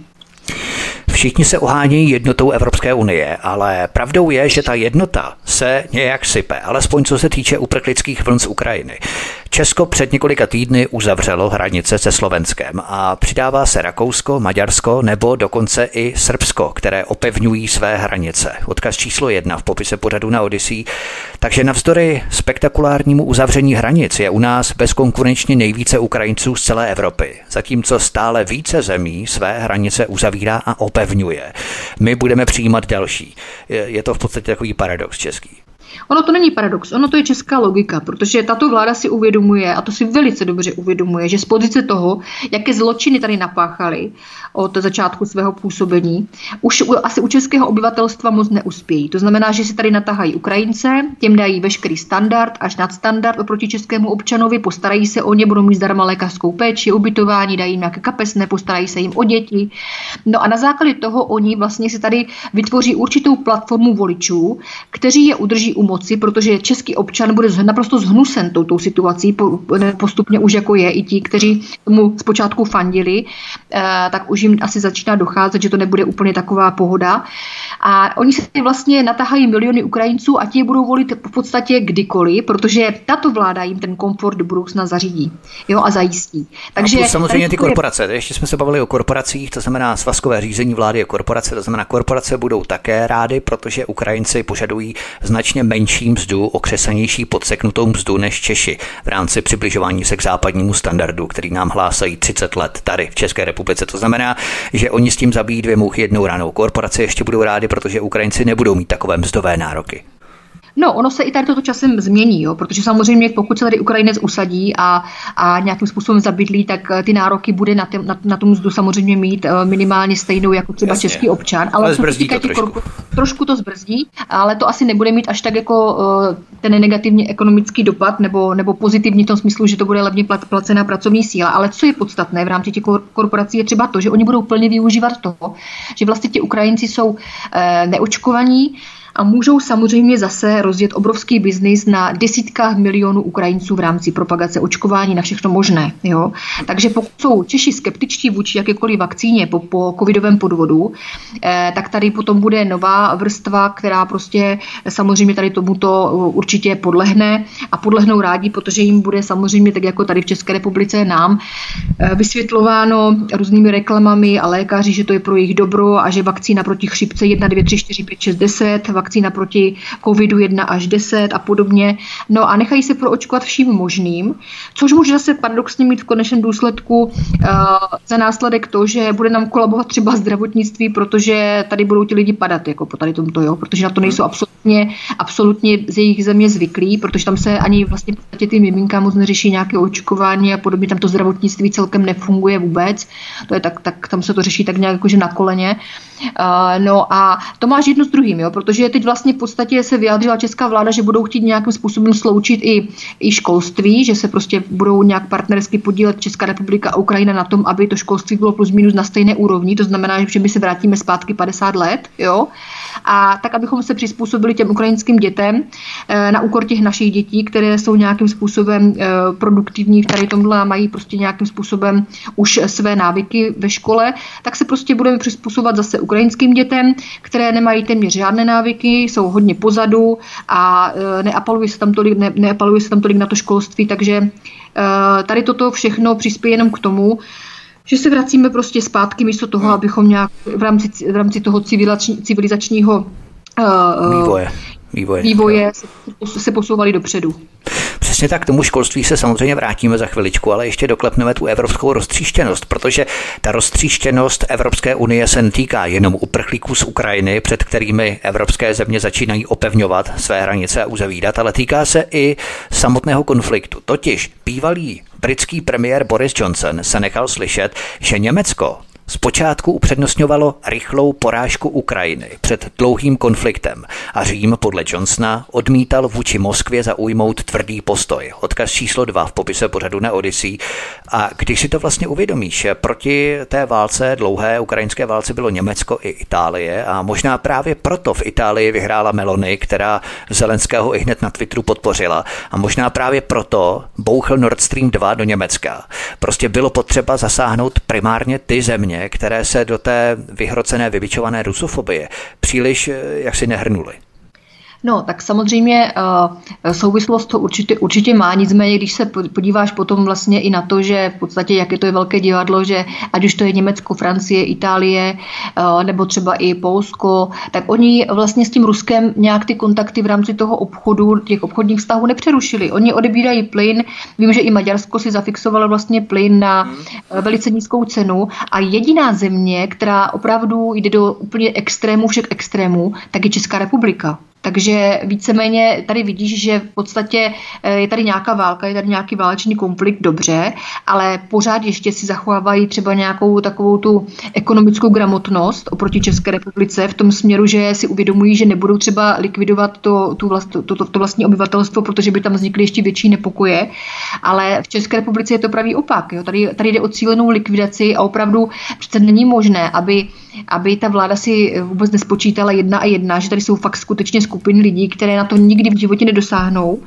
Všichni se ohánějí jednotou Evropské unie, ale pravdou je, že ta jednota se nějak sype, alespoň co se týče uprchlických vln z Ukrajiny. Česko před několika týdny uzavřelo hranice se Slovenskem a přidává se Rakousko, Maďarsko nebo dokonce i Srbsko, které opevňují své hranice. Odkaz číslo jedna v popise pořadu na Odyssey. Takže navzdory spektakulárnímu uzavření hranic je u nás bezkonkurenčně nejvíce Ukrajinců z celé Evropy, zatímco stále více zemí své hranice uzavírá a opevňuje. My budeme přijímat další. Je to v podstatě takový paradox český. Ono to není paradox, ono to je česká logika, protože tato vláda si uvědomuje, a to si velice dobře uvědomuje, že z pozice toho, jaké zločiny tady napáchali od začátku svého působení, už asi u českého obyvatelstva moc neuspějí. To znamená, že si tady natahají Ukrajince, těm dají veškerý standard až nadstandard oproti českému občanovi, postarají se o ně, budou mít zdarma lékařskou péči, ubytování, dají jim nějaké kapesné, postarají se jim o děti. No a na základě toho oni vlastně si tady vytvoří určitou platformu voličů, kteří je udrží u moci, protože český občan bude naprosto zhnusen touto situací, postupně už jako je i ti, kteří mu zpočátku fandili, tak už jim asi začíná docházet, že to nebude úplně taková pohoda. A oni se vlastně natahají miliony Ukrajinců a ti je budou volit v podstatě kdykoliv, protože tato vláda jim ten komfort do budoucna zařídí, jo, a zajistí. Takže a samozřejmě ty korporace, ještě jsme se bavili o korporacích, to znamená svazkové řízení vlády a korporace, to znamená korporace budou také rády, protože Ukrajinci požadují značně menší mzdu, okřesanější podseknutou mzdu než Češi v rámci přibližování se k západnímu standardu, který nám hlásají třicet let tady v České republice. To znamená, že oni s tím zabijí dvě mouchy jednou ranou. Korporace ještě budou rádi, protože Ukrajinci nebudou mít takové mzdové nároky. No, ono se i tady toto časem změní, jo, protože samozřejmě pokud se tady Ukrajinec usadí a, a nějakým způsobem zabydlí, tak ty nároky bude na, tém, na, na tu mzdu samozřejmě mít minimálně stejnou jako třeba Jasně. český občan. Ale, ale zbrzdí to trošku. Korpo, trošku to zbrzdí, ale to asi nebude mít až tak jako ten negativní ekonomický dopad nebo, nebo pozitivní v tom smyslu, že to bude levně placená pracovní síla. Ale co je podstatné v rámci těch korporací je třeba to, že oni budou plně využívat toho, že vlastně ti Ukrajinci jsou eh, neočkovaní, a můžou samozřejmě zase rozjet obrovský biznis na desítkách milionů Ukrajinců v rámci propagace očkování na všechno možné. Jo? Takže pokud jsou Češi skeptičtí vůči jakékoliv vakcíně po, po covidovém podvodu, eh, tak tady potom bude nová vrstva, která prostě samozřejmě tady tomuto určitě podlehne a podlehnou rádi, protože jim bude samozřejmě tak jako tady v České republice nám eh, vysvětlováno různými reklamami a lékaři, že to je pro jejich dobro a že vakcína proti chřipce jedna, dvě, tři, čtyři, pět, šest, deset, vakcína proti covidu jedna až deset a podobně. No a nechají se proočkovat vším možným, což může zase paradoxně mít v konečném důsledku uh, za následek to, že bude nám kolabovat třeba zdravotnictví, protože tady budou ti lidi padat jako po tady tomto, jo, protože na to nejsou absolutně, absolutně z jejich země zvyklí, protože tam se ani vlastně v podstatě ty miminka moc neřeší nějaké očkování a podobně, tam to zdravotnictví celkem nefunguje vůbec. To je tak, tak tam se to řeší tak nějak jakože na koleně. Uh, no a to máš jedno s druhým, jo, protože teď vlastně v podstatě se vyjádřila česká vláda, že budou chtít nějakým způsobem sloučit i, i školství, že se prostě budou nějak partnersky podílet Česká republika a Ukrajina na tom, aby to školství bylo plus minus na stejné úrovni, to znamená, že my se vrátíme zpátky padesát let, jo, a tak, abychom se přizpůsobili těm ukrajinským dětem e, na úkor těch našich dětí, které jsou nějakým způsobem e, produktivní v tady tomhle a mají prostě nějakým způsobem už své návyky ve škole, tak se prostě budeme přizpůsobovat zase ukrajinským dětem, které nemají téměř žádné návyky, jsou hodně pozadu a neapeluje se tam tolik, ne, neapeluje se tam tolik na to školství, takže tady toto všechno přispěje jenom k tomu, že se vracíme prostě zpátky místo toho, abychom nějak v rámci, v rámci toho civilizační, civilizačního uh, vývoje, vývoje, vývoje se, se posouvaly dopředu. Přesně tak, k tomu školství se samozřejmě vrátíme za chviličku, ale ještě doklepneme tu evropskou roztříštěnost, protože ta roztříštěnost Evropské unie se netýká jenom uprchlíků z Ukrajiny, před kterými evropské země začínají opevňovat své hranice a uzavírat, ale týká se i samotného konfliktu. Totiž bývalý britský premiér Boris Johnson se nechal slyšet, že Německo zpočátku upřednostňovalo rychlou porážku Ukrajiny před dlouhým konfliktem a Řím podle Johnsona odmítal vůči Moskvě zaujmout tvrdý postoj. Odkaz číslo dva v popise pořadu na Odyssey. A když si to vlastně uvědomíš, proti té válce, dlouhé ukrajinské válce bylo Německo i Itálie a možná právě proto v Itálii vyhrála Meloni, která Zelenského i hned na Twitteru podpořila a možná právě proto bouchl Nord Stream dva do Německa. Prostě bylo potřeba zasáhnout primárně ty země, které se do té vyhrocené, vybičované rusofobie příliš jaksi nehrnuly. No, tak samozřejmě uh, souvislost to určitě, určitě má, nicméně, když se podíváš potom vlastně i na to, že v podstatě, jak je to je velké divadlo, že ať už to je Německo, Francie, Itálie, uh, nebo třeba i Polsko, tak oni vlastně s tím Ruskem nějak ty kontakty v rámci toho obchodu, těch obchodních vztahů nepřerušili. Oni odebírají plyn, vím, že i Maďarsko si zafixovalo vlastně plyn na uh, velice nízkou cenu a jediná země, která opravdu jde do úplně extrému, všech extrémů, tak je Česká republika. Takže víceméně tady vidíš, že v podstatě je tady nějaká válka, je tady nějaký válečný konflikt, dobře, ale pořád ještě si zachovávají třeba nějakou takovou tu ekonomickou gramotnost oproti České republice v tom směru, že si uvědomují, že nebudou třeba likvidovat to, tu vlast, to, to, to vlastní obyvatelstvo, protože by tam vznikly ještě větší nepokoje, ale v České republice je to pravý opak. Jo? Tady, tady jde o cílenou likvidaci a opravdu přece není možné, aby, aby ta vláda si vůbec nespočítala jedna a jedna, že tady jsou fakt skutečně skupiny lidí, které na to nikdy v životě nedosáhnou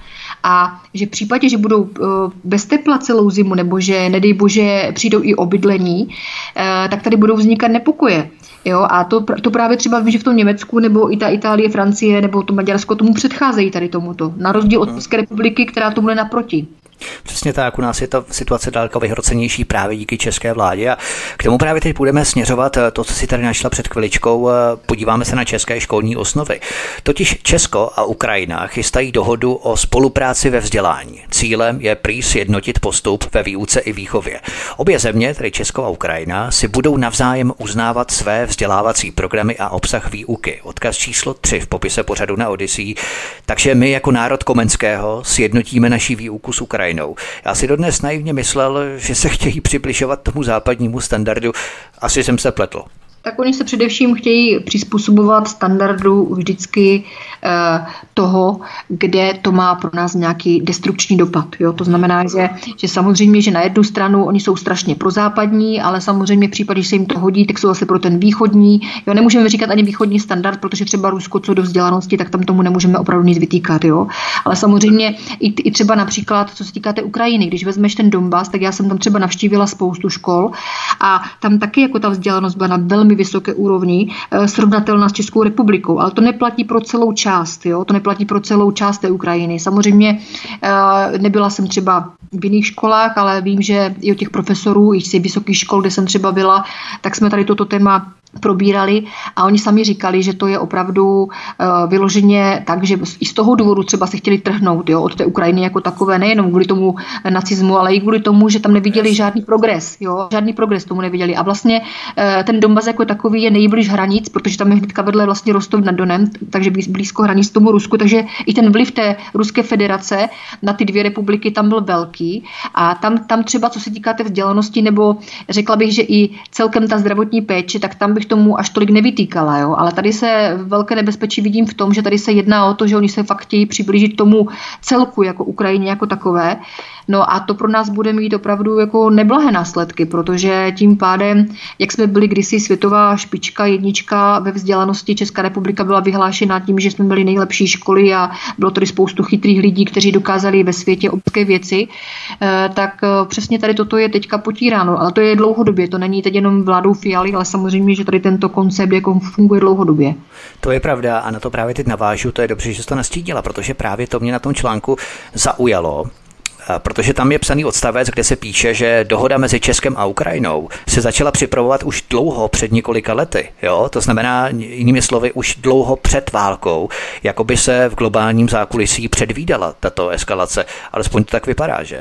a že v případě, že budou bez tepla celou zimu nebo že, nedej bože, přijdou i o bydlení, tak tady budou vznikat nepokoje. Jo, a to, to právě třeba vím, že v tom Německu nebo i ta Itálie, Francie nebo to Maďarsko tomu předcházejí tady tomuto. Na rozdíl od České republiky, která tomu jde naproti. Přesně tak, u nás je ta situace daleko vyhrocenější právě díky české vládě a k tomu právě teď budeme směřovat to, co si tady našla před chviličkou, podíváme se na české školní osnovy. Totiž Česko a Ukrajina chystají dohodu o spolupráci ve vzdělání. Cílem je prý sjednotit postup ve výuce i výchově. Obě země, tedy Česko a Ukrajina, si budou navzájem uznávat své vzdělávací programy a obsah výuky. Odkaz číslo tři v popise pořadu na Odyssey. Takže my jako národ Komenského sjednotíme naši výuku s Ukrajinou. Já si dodnes naivně myslel, že se chtějí přibližovat tomu západnímu standardu. Asi jsem se pletl. Tak oni se především chtějí přizpůsobovat standardu vždycky eh, toho, kde to má pro nás nějaký destrukční dopad. Jo? To znamená, že, že samozřejmě, že na jednu stranu oni jsou strašně prozápadní, ale samozřejmě v případě, že se jim to hodí, tak jsou zase pro ten východní. Jo? Nemůžeme říkat ani východní standard, protože třeba Rusko co do vzdělanosti, tak tam tomu nemůžeme opravdu nic vytýkat. Jo? Ale samozřejmě i, i třeba například, co se týká té Ukrajiny, když vezmeš ten Donbas, tak já jsem tam třeba navštívila spoustu škol a tam taky jako ta vzdělanost byla na velmi vysoké úrovni, srovnatelná s Českou republikou, ale to neplatí pro celou část, jo? To neplatí pro celou část té Ukrajiny. Samozřejmě nebyla jsem třeba v jiných školách, ale vím, že i od těch profesorů, i z těch vysokých škol, kde jsem třeba byla, tak jsme tady toto téma probírali a oni sami říkali, že to je opravdu uh, vyloženě tak, že i z toho důvodu třeba se chtěli trhnout, jo, od té Ukrajiny jako takové, nejenom kvůli tomu nacismu, ale i kvůli tomu, že tam neviděli žádný progres, jo, žádný progres tomu neviděli. A vlastně uh, ten Donbas jako takový je nejblíž hranic, protože tam je hnedka vedle vlastně Rostov nad Donem, takže blízko hranic tomu Rusku, takže i ten vliv té Ruské federace na ty dvě republiky tam byl velký a tam, tam třeba, co se týká té vzdělanosti, nebo řekla bych, že i celkem ta zdravotní péče, tak tam bych tomu až tolik nevytýkala, jo? Ale tady se velké nebezpečí vidím v tom, že tady se jedná o to, že oni se fakt chtějí přiblížit tomu celku jako Ukrajině jako takové. No a to pro nás bude mít opravdu jako neblahé následky, protože tím pádem, jak jsme byli kdysi světová špička, jednička ve vzdělanosti, Česká republika byla vyhlášena tím, že jsme byli nejlepší školy a bylo tady spoustu chytrých lidí, kteří dokázali ve světě obrovské věci, tak přesně tady toto je teďka potíráno, ale to je dlouhodobě, to není teď jenom vládou Fialy, ale samozřejmě, že tady tento koncept jako funguje dlouhodobě. To je pravda a na to právě teď navážu, to je dobře, že jsi to nastínila, protože právě to mě na tom článku zaujalo. protože tam je psaný odstavec, kde se píše, že dohoda mezi Českem a Ukrajinou se začala připravovat už dlouho před několika lety. Jo? To znamená, jinými slovy, už dlouho před válkou, jako by se v globálním zákulisí předvídala tato eskalace. Alespoň to tak vypadá, že?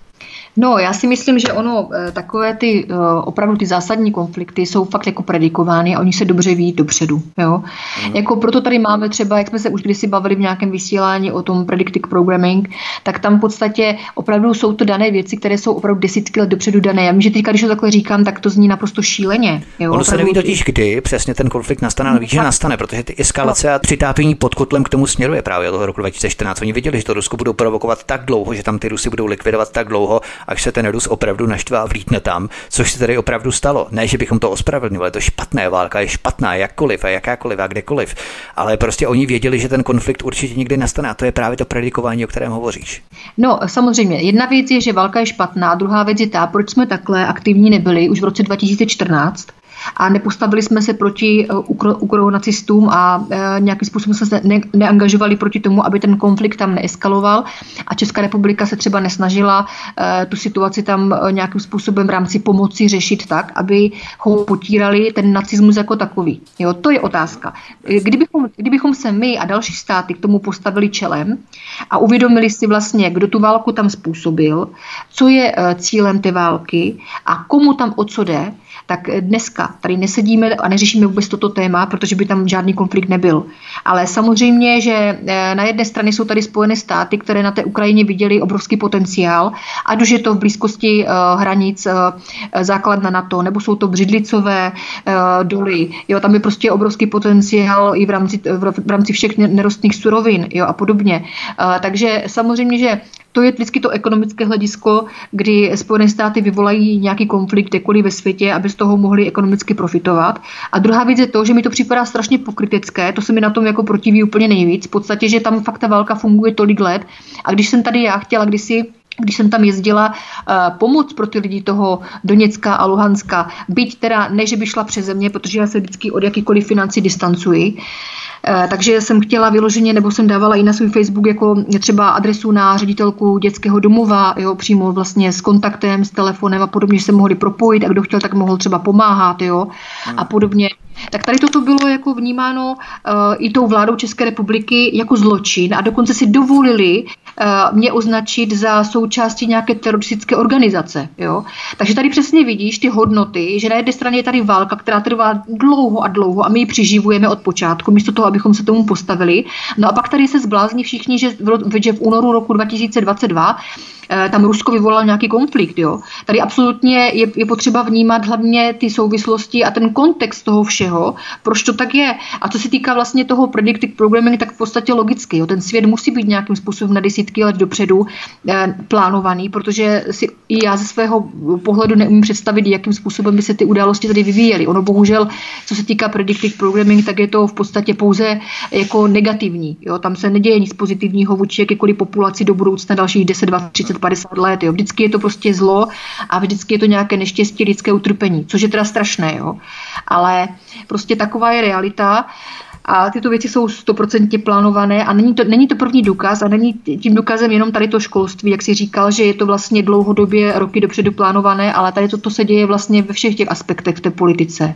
No, já si myslím, že ono, takové ty opravdu ty zásadní konflikty jsou fakt jako predikovány a oni se dobře ví dopředu. Jo? Mm. Jako proto tady máme třeba, jak jsme se už kdysi bavili v nějakém vysílání o tom predictive programming, tak tam v podstatě opravdu jsou to dané věci, které jsou opravdu desítky let dopředu dané. Já vím, že teďka, když to takhle říkám, tak to zní naprosto šíleně. Jo? Ono se neví totiž, kdy přesně ten konflikt nastane, ale ví, že nastane, protože ty eskalace a přitápění pod kotlem k tomu směruje právě od toho roku dva tisíce čtrnáct. Oni viděli, že to Rusko budou provokovat tak dlouho, že tam ty Rusy budou likvidovat tak dlouho, až se ten Rus opravdu naštve a vlítne tam, což se tady opravdu stalo. Ne, že bychom to ospravedlnili, to špatné, válka je špatná, jakkoliv a jakákoliv a kdekoliv, ale prostě oni věděli, že ten konflikt určitě někdy nastane a to je právě to predikování, o kterém hovoříš. No, samozřejmě. Jedna věc je, že válka je špatná, druhá věc je ta, proč jsme takhle aktivní nebyli už v roce dva tisíce čtrnáct. A nepostavili jsme se proti ukronacistům a e, nějakým způsobem jsme se ne, neangažovali proti tomu, aby ten konflikt tam neeskaloval. A Česká republika se třeba nesnažila e, tu situaci tam e, nějakým způsobem v rámci pomoci řešit tak, aby ho potírali ten nacismus jako takový. Jo, to je otázka. Kdybychom, kdybychom se my a další státy k tomu postavili čelem a uvědomili si vlastně, kdo tu válku tam způsobil, co je e, cílem té války a komu tam o co jde, tak dneska tady nesedíme a neřešíme vůbec toto téma, protože by tam žádný konflikt nebyl. Ale samozřejmě, že na jedné straně jsou tady Spojené státy, které na té Ukrajině viděly obrovský potenciál, ať už je to v blízkosti uh, hranic uh, základna NATO, nebo jsou to břidlicové uh, doly. Jo, tam je prostě obrovský potenciál i v rámci, v rámci všech nerostných surovin, jo, a podobně. Uh, takže samozřejmě, že to je vždycky to ekonomické hledisko, kdy Spojené státy vyvolají nějaký konflikt kdekoliv ve světě, aby z toho mohli ekonomicky profitovat. A druhá věc je to, že mi to připadá strašně pokrytecké, to se mi na tom jako protiví úplně nejvíc, v podstatě, že tam fakt ta válka funguje tolik let. A když jsem tady já chtěla kdysi Když jsem tam jezdila uh, pomoc pro ty lidi toho Doněcka a Luhanska, byť teda ne, že by šla přeze mě, protože já se vždycky od jakýkoliv financí distancuji, uh, takže jsem chtěla vyloženě, nebo jsem dávala i na svůj Facebook jako třeba adresu na ředitelku dětského domova, jo, přímo vlastně s kontaktem, s telefonem a podobně, že se mohli propojit a kdo chtěl, tak mohl třeba pomáhat, jo, a podobně. Tak tady toto bylo jako vnímáno uh, i tou vládou České republiky jako zločin a dokonce si dovolili uh, mě označit za součástí nějaké teroristické organizace. Jo? Takže tady přesně vidíš ty hodnoty, že na jedné straně je tady válka, která trvá dlouho a dlouho a my ji přiživujeme od počátku, místo toho, abychom se tomu postavili. No a pak tady se zblázní všichni, že v, že v únoru roku dva tisíce dvacet dva tam Rusko vyvolal nějaký konflikt. Jo. Tady absolutně je, je potřeba vnímat hlavně ty souvislosti a ten kontext toho všeho, proč to tak je. A co se týká vlastně toho predictive programming, tak v podstatě logicky. Jo. Ten svět musí být nějakým způsobem na desítky let dopředu eh, plánovaný, protože si i já ze svého pohledu neumím představit, jakým způsobem by se ty události tady vyvíjely. Ono bohužel, co se týká predictive programming, tak je to v podstatě pouze jako negativní. Jo. Tam se neděje nic pozitivního vůči jakékoliv populaci do budoucna dalších deset, dvacet, třicet, padesát let. Jo. Vždycky je to prostě zlo a vždycky je to nějaké neštěstí, lidské utrpení, což je teda strašné. Jo. Ale prostě taková je realita a tyto věci jsou stoprocentně plánované a není to, není to první důkaz a není tím důkazem jenom tady to školství, jak jsi říkal, že je to vlastně dlouhodobě roky dopředu plánované, ale tady toto se děje vlastně ve všech těch aspektech v té politice.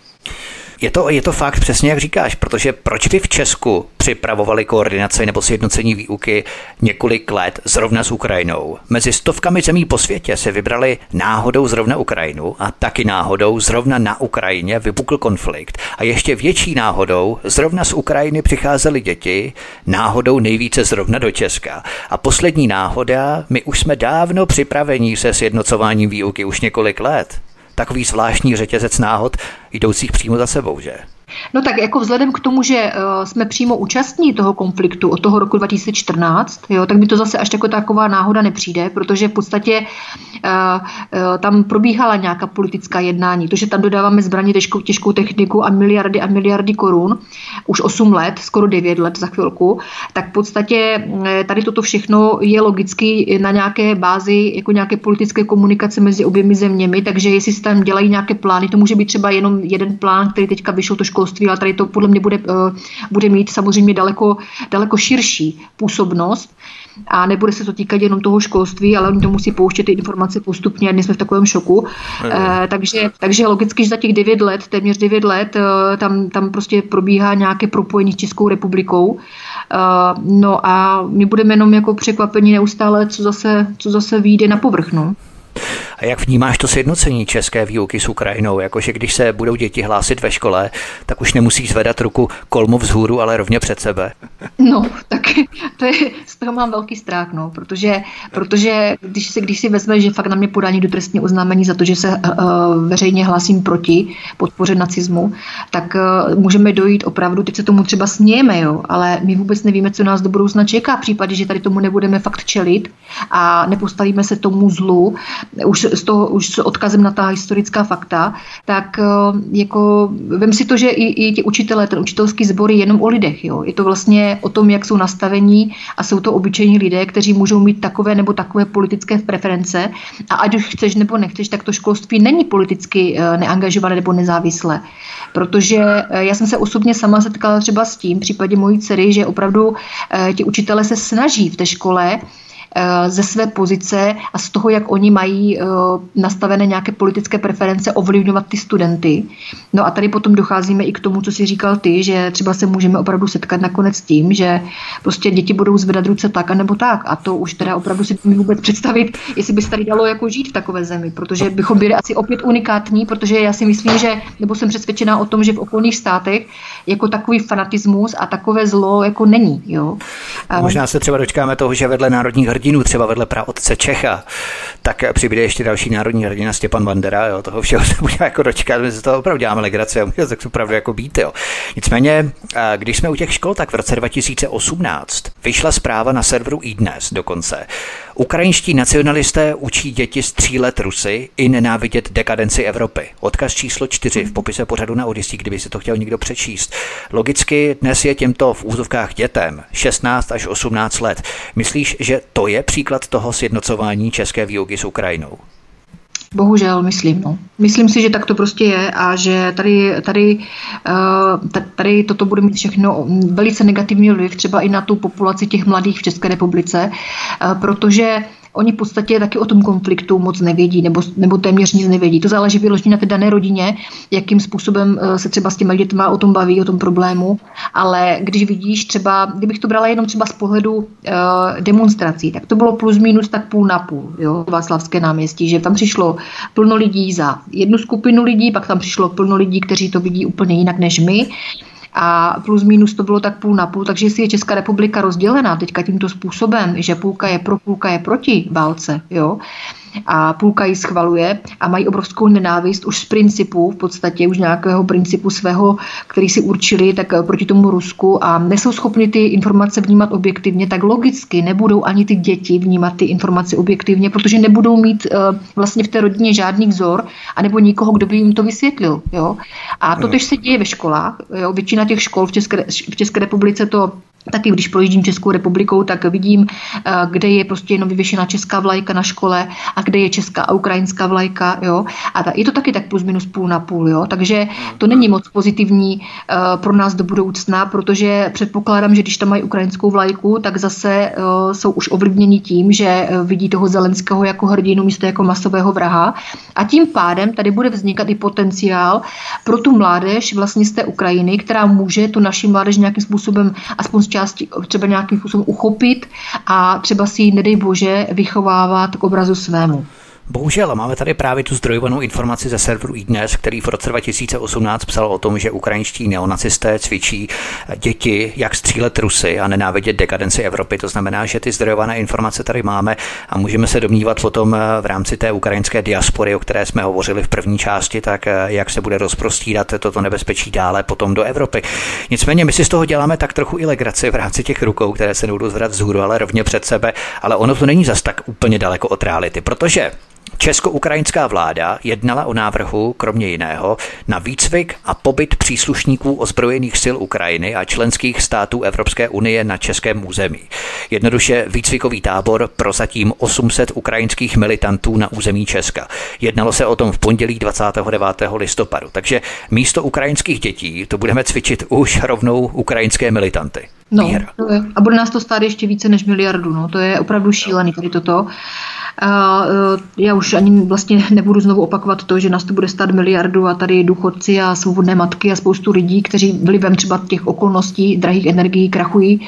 Je to, je to fakt přesně, jak říkáš, protože proč by v Česku připravovali koordinaci nebo sjednocení výuky několik let zrovna s Ukrajinou? Mezi stovkami zemí po světě se vybrali náhodou zrovna Ukrajinu a taky náhodou zrovna na Ukrajině vypukl konflikt. A ještě větší náhodou zrovna z Ukrajiny přicházely děti, náhodou nejvíce zrovna do Česka. A poslední náhoda, my už jsme dávno připraveni se sjednocováním výuky už několik let. Takový zvláštní řetězec náhod jdoucích přímo za sebou, že? No tak jako vzhledem k tomu, že uh, jsme přímo účastní toho konfliktu od toho roku dva tisíce čtrnáct, jo, tak mi to zase až jako taková náhoda nepřijde, protože v podstatě uh, uh, tam probíhala nějaká politická jednání. To, že tam dodáváme zbraně, těžkou, těžkou techniku a miliardy a miliardy korun, už osm let, skoro devět let za chvilku, tak v podstatě uh, tady toto všechno je logicky na nějaké bázi, jako nějaké politické komunikace mezi oběmi zeměmi, takže jestli se tam dělají nějaké plány, to může být třeba jenom jeden plán, který teďka vyšel trošku školství, ale tady to podle mě bude, bude mít samozřejmě daleko, daleko širší působnost. A nebude se to týkat jenom toho školství, ale oni to musí pouštět ty informace postupně a dnes jsme v takovém šoku. E, takže, takže logicky, že za těch devět let, téměř devět let, tam, tam prostě probíhá nějaké propojení s Českou republikou. E, no a my budeme jenom jako překvapení neustále, co zase, co zase vyjde na povrch. No. A jak vnímáš to sjednocení české výuky s Ukrajinou? Jakože když se budou děti hlásit ve škole, tak už nemusí zvedat ruku kolmo vzhůru, ale rovně před sebe. No, tak to je, z toho mám velký strach, no, protože, protože když, si, když si vezme, že fakt na mě podání do trestního oznámení za to, že se uh, veřejně hlásím proti podpoře nacismu, tak uh, můžeme dojít opravdu, teď se tomu třeba smějeme, jo, ale my vůbec nevíme, co nás do budoucna čeká v případě, že tady tomu nebudeme fakt čelit a nepostavíme se tomu zlu, už z toho, už s odkazem na ta historická fakta, tak jako vem si to, že i, i ti učitelé, ten učitelský sbor je jenom o lidech. Jo. Je to vlastně o tom, jak jsou nastavení a jsou to obyčejní lidé, kteří můžou mít takové nebo takové politické preference a ať už chceš nebo nechceš, tak to školství není politicky neangažované nebo nezávislé. Protože já jsem se osobně sama setkala třeba s tím v případě mojí dcery, že opravdu ti učitelé se snaží v té škole ze své pozice a z toho, jak oni mají nastavené nějaké politické preference ovlivňovat ty studenty. No a tady potom docházíme i k tomu, co jsi říkal ty, že třeba se můžeme opravdu setkat nakonec tím, že prostě děti budou zvedat ruce tak a nebo tak. A to už teda opravdu si mi vůbec představit, jestli by se tady dalo jako žít v takové zemi, protože bychom byli asi opět unikátní, protože já si myslím, že, nebo jsem přesvědčená o tom, že v okolních státech jako takový fanatismus a takové zlo jako není. Jo. Možná se třeba dočkáme toho, že vedle národních hrdinů, třeba vedle praotce Čecha, tak přibude ještě další národní hrdina Stepan Bandera, jo, toho všeho se bude jako dočkat, my se toho opravdu děláme legraci a může to opravdu jako být, jo. Nicméně, když jsme u těch škol, tak v roce dva tisíce osmnáct vyšla zpráva na serveru iDnes dokonce. Ukrajinští nacionalisté učí děti střílet Rusy i nenávidět dekadenci Evropy. Odkaz číslo čtyři v popise pořadu na Odyssey, kdyby si to chtěl někdo přečíst. Logicky dnes je těmto v úzovkách dětem šestnáct až osmnáct let. Myslíš, že to je příklad toho sjednocování české výuky s Ukrajinou? Bohužel, myslím. No. Myslím si, že tak to prostě je a že tady, tady, tady toto bude mít všechno velice negativní vliv třeba i na tu populaci těch mladých v České republice, protože oni v podstatě taky o tom konfliktu moc nevědí, nebo, nebo téměř nic nevědí. To záleží vyloženě na té dané rodině, jakým způsobem se třeba s těma dětma o tom baví, o tom problému. Ale když vidíš třeba, kdybych to brala jenom třeba z pohledu uh, demonstrací, tak to bylo plus minus tak půl na půl, jo, Václavské náměstí, že tam přišlo plno lidí za jednu skupinu lidí, pak tam přišlo plno lidí, kteří to vidí úplně jinak než my. A plus minus to bylo tak půl na půl, takže jestli je Česká republika rozdělená teďka tímto způsobem, že půlka je pro, půlka je proti válce, jo, a půlka ji schvaluje a mají obrovskou nenávist už z principu, v podstatě už nějakého principu svého, který si určili, tak proti tomu Rusku a nejsou schopni ty informace vnímat objektivně, tak logicky nebudou ani ty děti vnímat ty informace objektivně, protože nebudou mít uh, vlastně v té rodině žádný vzor, anebo nikoho, kdo by jim to vysvětlil. Jo? A to tež se děje ve školách. Jo? Většina těch škol v České, v České republice to taky když projíždím Českou republikou, tak vidím, kde je prostě jenom vyvěšená česká vlajka na škole a kde je česká a ukrajinská vlajka, jo. A ta, je to taky tak plus minus půl na půl, jo. Takže to není moc pozitivní uh, pro nás do budoucna, protože předpokládám, že když tam mají ukrajinskou vlajku, tak zase uh, jsou už ovlivněni tím, že uh, vidí toho Zelenského jako hrdinu místo jako masového vraha. A tím pádem tady bude vznikat i potenciál pro tu mládež vlastně z té Ukrajiny, která může tu naši mládež nějakým způsobem aspoň z části třeba nějakým způsobem uchopit a třeba si ji, nedej bože, vychovávat k obrazu svému. Bohužel, máme tady právě tu zdrojovanou informaci ze serveru iDnes, který v roce dva tisíce osmnáct psal o tom, že ukrajinští neonacisté cvičí děti, jak střílet Rusy a nenávidět dekadenci Evropy. To znamená, že ty zdrojované informace tady máme a můžeme se domnívat potom v rámci té ukrajinské diaspory, o které jsme hovořili v první části, tak jak se bude rozprostírat toto nebezpečí dále potom do Evropy. Nicméně my si z toho děláme tak trochu i legraci v rámci těch rukou, které se nebudou zvedat vzhůru, ale rovně před sebe, ale ono to není zas tak úplně daleko od reality, protože Česko-ukrajinská vláda jednala o návrhu, kromě jiného, na výcvik a pobyt příslušníků ozbrojených sil Ukrajiny a členských států Evropské unie na českém území. Jednoduše výcvikový tábor pro zatím osm set ukrajinských militantů na území Česka. Jednalo se o tom v pondělí dvacátého devátého listopadu, takže místo ukrajinských dětí to budeme cvičit už rovnou ukrajinské militanty. No, to je. A bude nás to stát ještě více než miliardu, no, to je opravdu šílený tady toto. A já už ani vlastně nebudu znovu opakovat to, že nás to bude stát miliardu a tady důchodci a svobodné matky a spoustu lidí, kteří vlivem třeba těch okolností drahých energií krachují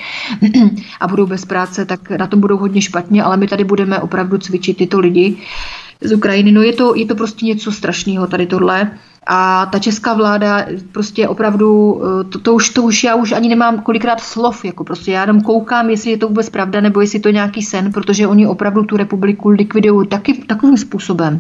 a budou bez práce, tak na tom budou hodně špatně, ale my tady budeme opravdu cvičit tyto lidi z Ukrajiny. No je to, je to prostě něco strašného tady tohle. A ta česká vláda prostě opravdu, to, to, už, to už já už ani nemám kolikrát slov, jako prostě já jenom koukám, jestli je to vůbec pravda, nebo jestli je to nějaký sen, protože oni opravdu tu republiku likvidují taky, takovým způsobem.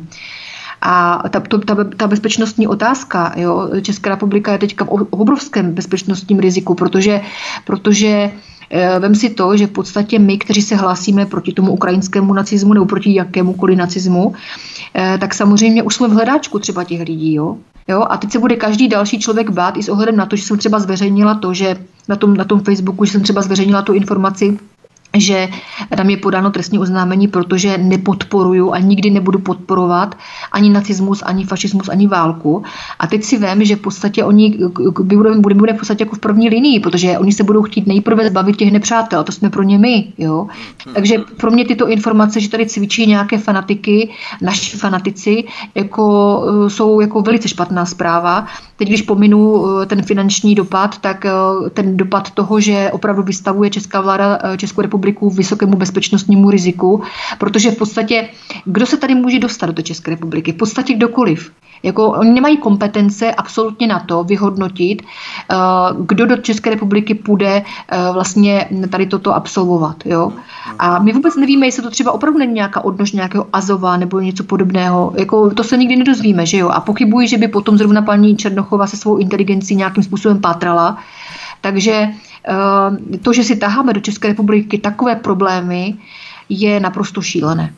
A ta, to, ta, ta bezpečnostní otázka, jo, Česká republika je teďka v obrovském bezpečnostním riziku, protože, protože vem si to, že v podstatě my, kteří se hlásíme proti tomu ukrajinskému nacismu nebo proti jakémukoliv nacismu, tak samozřejmě už jsme v hledáčku třeba těch lidí. Jo? Jo? A teď se bude každý další člověk bát i s ohledem na to, že jsem třeba zveřejnila to, že na tom, na tom Facebooku, že jsem třeba zveřejnila tu informaci, že tam je podáno trestní oznámení, protože nepodporuju a nikdy nebudu podporovat ani nacismus, ani fašismus, ani válku. A teď si vím, že v podstatě oni budeme, budeme v podstatě jako v první linii, protože oni se budou chtít nejprve zbavit těch nepřátel, to jsme pro ně my. Jo? Takže pro mě tyto informace, že tady cvičí nějaké fanatiky, naši fanatici, jako, jsou jako velice špatná zpráva. Teď, když pominu ten finanční dopad, tak ten dopad toho, že opravdu vystavuje česká vláda Českou republiku vysokému bezpečnostnímu riziku, protože v podstatě, kdo se tady může dostat do České republiky? V podstatě kdokoliv. Jako, oni nemají kompetence absolutně na to vyhodnotit, kdo do České republiky půjde vlastně tady toto absolvovat. Jo? A my vůbec nevíme, jestli to třeba opravdu není nějaká odnož nějakého Azova nebo něco podobného. Jako, to se nikdy nedozvíme, že jo? A pochybuji, že by potom zrovna paní Černochová se svou inteligencí nějakým způsobem pátrala. Takže to, že si taháme do České republiky takové problémy, je naprosto šílené.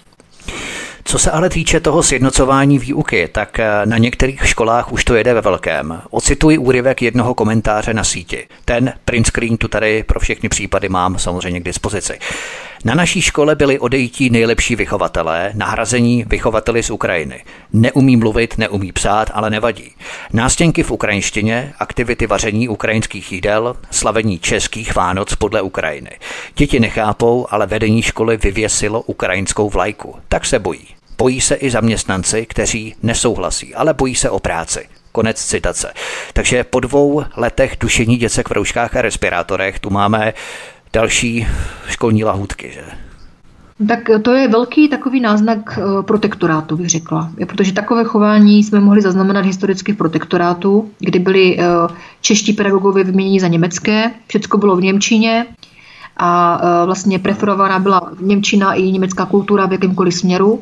Co se ale týče toho sjednocování výuky, tak na některých školách už to jede ve velkém. Ocituji úryvek jednoho komentáře na síti. Ten print screen tu tady pro všechny případy mám samozřejmě k dispozici. Na naší škole byli odejítí nejlepší vychovatelé, nahrazení vychovateli z Ukrajiny. Neumí mluvit, neumí psát, ale nevadí. Nástěnky v ukrajinštině, aktivity vaření ukrajinských jídel, slavení českých Vánoc podle Ukrajiny. Děti nechápou, ale vedení školy vyvěsilo ukrajinskou vlajku. Tak se bojí. Bojí se i zaměstnanci, kteří nesouhlasí, ale bojí se o práci. Konec citace. Takže po dvou letech dušení děcek v rouškách a respirátorech tu máme další školní lahůdky, že? Tak to je velký takový náznak protektorátu, bych řekla. Protože takové chování jsme mohli zaznamenat historicky v protektorátu, kdy byli čeští pedagogové vyměněni za německé, všecko bylo v němčině a vlastně preferovaná byla němčina i německá kultura v jakémkoliv směru.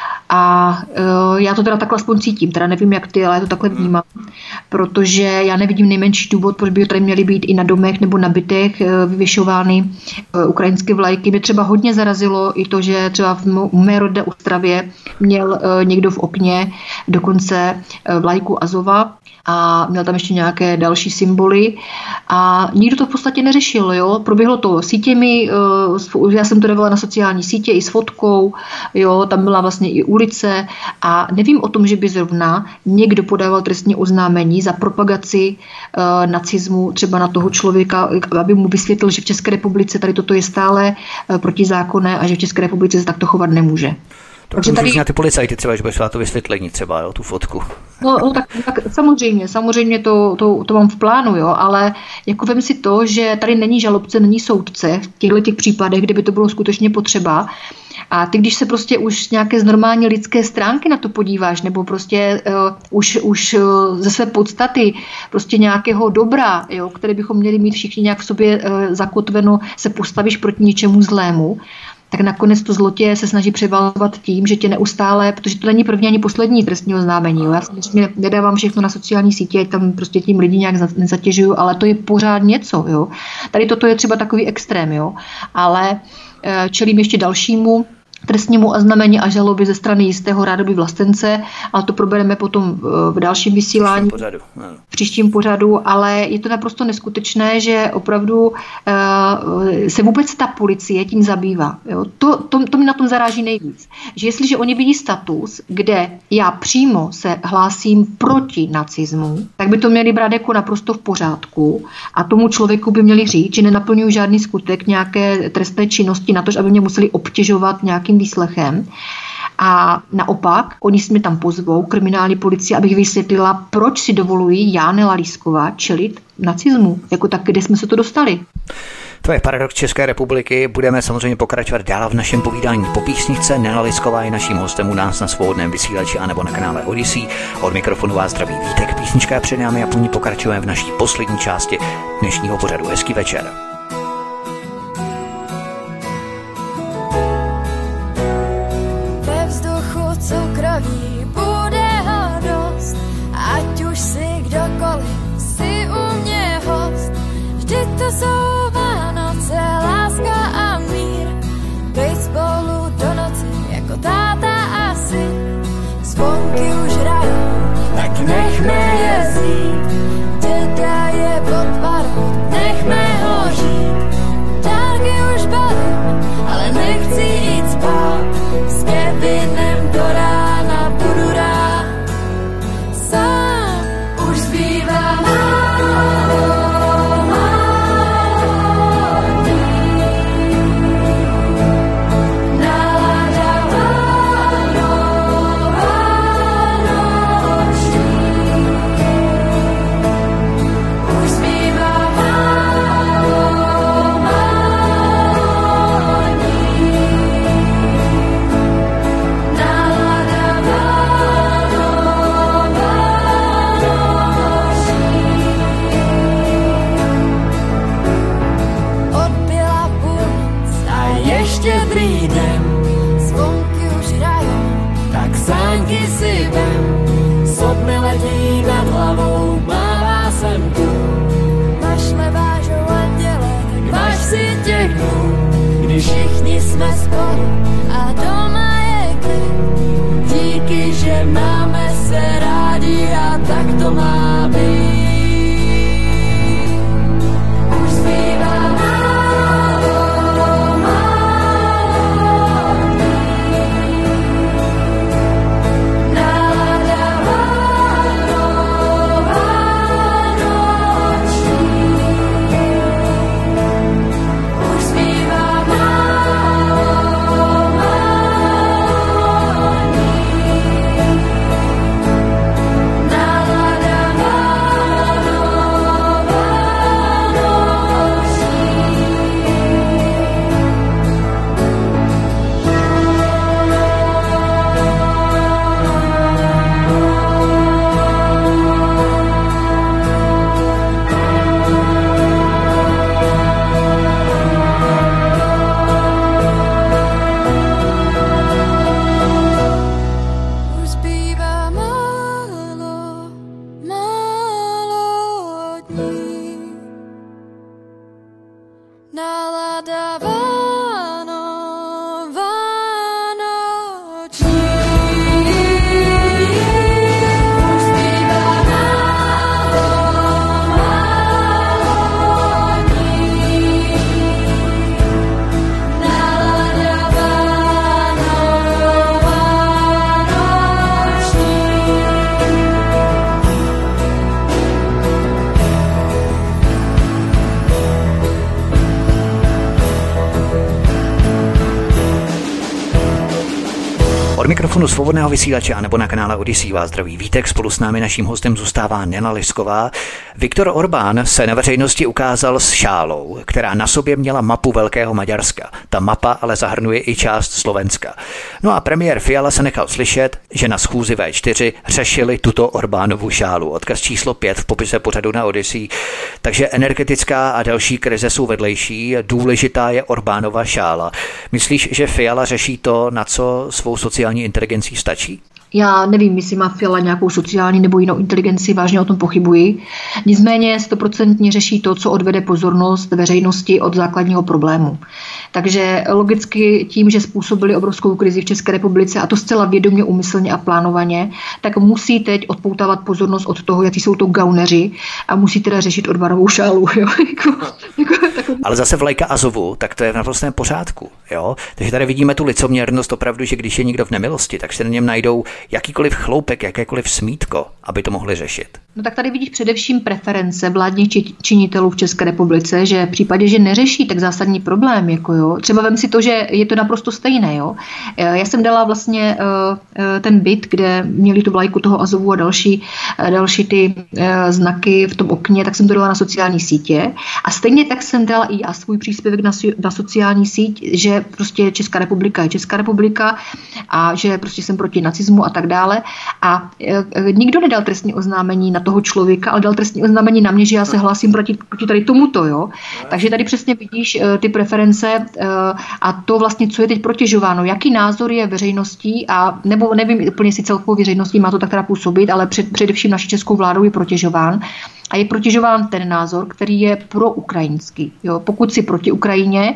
A uh, já to teda takhle aspoň cítím, teda nevím jak ty, ale já to takhle vnímám, protože já nevidím nejmenší důvod, proč by tady měly být i na domech nebo na bytech uh, vyvěšovány uh, ukrajinské vlajky. Mě třeba hodně zarazilo i to, že třeba v mé rodné Ostravě měl uh, někdo v okně dokonce uh, vlajku Azova a měl tam ještě nějaké další symboly a nikdo to v podstatě neřešil. Jo? Proběhlo to sítěmi, uh, já jsem to dávala na sociální sítě i s fotkou, jo? Tam byla vlastně i ulice a nevím o tom, že by zrovna někdo podával trestní oznámení za propagaci uh, nacismu třeba na toho člověka, aby mu vysvětlil, že v České republice tady toto je stále uh, protizákonné a že v České republice se takto chovat nemůže. To můžu tady... na ty policajty třeba, že budeš to vysvětlení třeba, jo, tu fotku. No, no tak, tak samozřejmě, samozřejmě to, to, to mám v plánu, jo, ale jako vem si to, že tady není žalobce, není soudce v těchto těch případech, kde by to bylo skutečně potřeba. A ty, když se prostě už nějaké z normální lidské stránky na to podíváš, nebo prostě uh, už, už uh, ze své podstaty prostě nějakého dobra, jo, které bychom měli mít všichni nějak v sobě uh, zakotveno, se postavíš proti něčemu zlému, tak nakonec to zlotě se snaží převalovat tím, že tě neustále, protože to není první ani poslední trestní oznámení. Jo. Já samozřejmě nedávám všechno na sociální sítě, tam prostě tím lidi nějak nezatěžuju, ale to je pořád něco. Jo. Tady toto je třeba takový extrém, jo. Ale čelím ještě dalšímu trestnímu oznámení a žaloby ze strany jistého rádoby vlastence, ale to probereme potom v dalším vysílání, v příštím pořadu, v příštím pořadu, ale je to naprosto neskutečné, že opravdu uh, se vůbec ta policie tím zabývá. Jo? To, to, to mě na tom zaráží nejvíc. Že jestliže oni vidí status, kde já přímo se hlásím proti nacismu, tak by to měli brát jako naprosto v pořádku a tomu člověku by měli říct, že nenaplňují žádný skutek nějaké trestné činnosti na to, aby mě museli obtěžovat nějakým výslechem. A naopak, oni si mě tam pozvou, kriminální policie, abych vysvětlila, proč si dovolují já, Nela Lísková, čelit nacismu. Jako tak, kde jsme se to dostali. To je Paradox České republiky. Budeme samozřejmě pokračovat dál v našem povídání po písničce. Nela Lísková je naším hostem u nás na Svobodném vysílači anebo na kanále Odyssey. Od mikrofonu vás zdraví Vítek. Písnička je před námi a po ní pokračujeme v naší poslední části dnešního pořadu. Hezký večer. Cukroví bude ho dost, ať už si kdokoliv, si u mě host. Vždyť to jsou Vánoce, láska a mír, bejt spolu do noci, jako táta a syn. Zvonky už hrajou, tak nechme je zít, děda je pod parou, nechme ho žít. Dárky už balím, ale nechci jít spát, s Kevinem do rána budu rád. Sám už zbývá málo, málo dní. Nálada váno, vánoční. Už zbývá málo, málo dní. Nálada váno, vánoční. Odbyla půlnoc a ještě druhý den, zvonky už hrajou, tak sánky si vem. Sopny letí nad hlavou, mává sem tu. Mašle vážou anděle, tak váž si těch dnů, když všichni jsme spolu a doma je klid. Díky, že máme se rádi a tak to má být. Už zbývá málo, málo dní. Nálada váno, vánoční. Už zbývá málo, málo dní. Nálada váno, už zbývá málo, málo dní. Nálada váno, vánoční. Už zbývá málo, málo dní. Nálada váno, vánoční. Od mikrofonu Svobodného vysílače anebo na kanále Odyssey vás zdraví Vítek. Spolu s námi naším hostem zůstává Nela Lísková. Viktor Orbán se na veřejnosti ukázal s šálou, která na sobě měla mapu Velkého Maďarska. Ta mapa ale zahrnuje i část Slovenska. No a premiér Fiala se nechal slyšet, že na schůzi vé čtyři řešili tuto Orbánovu šálu. Odkaz číslo pět v popise pořadu na Odyssey. Takže energetická a další krize jsou vedlejší. Důležitá je Orbánova šála. Myslíš, že Fiala řeší to, na co svou sociální inteligencí stačí? Já nevím, jestli má Fiala nějakou sociální nebo jinou inteligenci, vážně o tom pochybuji. Nicméně stoprocentně řeší to, co odvede pozornost veřejnosti od základního problému. Takže logicky tím, že způsobili obrovskou krizi v České republice a to zcela vědomě, úmyslně a plánovaně, tak musí teď odpoutávat pozornost od toho, jaký jsou to gauneři a musí teda řešit odvarovou šálu. Jo? Ale zase vlajka Azovu, tak to je v naprostém pořádku. Jo? Takže tady vidíme tu licoměrnost opravdu, že když je někdo v nemilosti, tak se na něm najdou jakýkoliv chloupek, jakékoliv smítko, aby to mohli řešit. No tak tady vidíš především preference vládních činitelů v České republice, že v případě, že neřeší tak zásadní problém, jako jo, třeba vem si to, že je to naprosto stejné, jo. Já jsem dala vlastně ten byt, kde měli tu vlajku toho Azovu a další, další ty znaky v tom okně, tak jsem to dala na sociální sítě a stejně tak jsem dala i já svůj příspěvek na, na sociální síť, že prostě Česká republika je Česká republika a že prostě jsem proti nacismu a tak dále a nikdo nedal trestní oznámení na toho člověka, ale dal trestní oznámení na mě, že já se hlásím proti, proti tady tomuto, jo. Takže tady přesně vidíš uh, ty preference uh, a to vlastně, co je teď protěžováno, jaký názor je veřejností a nebo nevím úplně, jestli celkovou veřejností má to tak teda působit, ale před, především naší českou vládou je protěžován. A je protěžován ten názor, který je pro-ukrajinský. Jo? Pokud si proti Ukrajině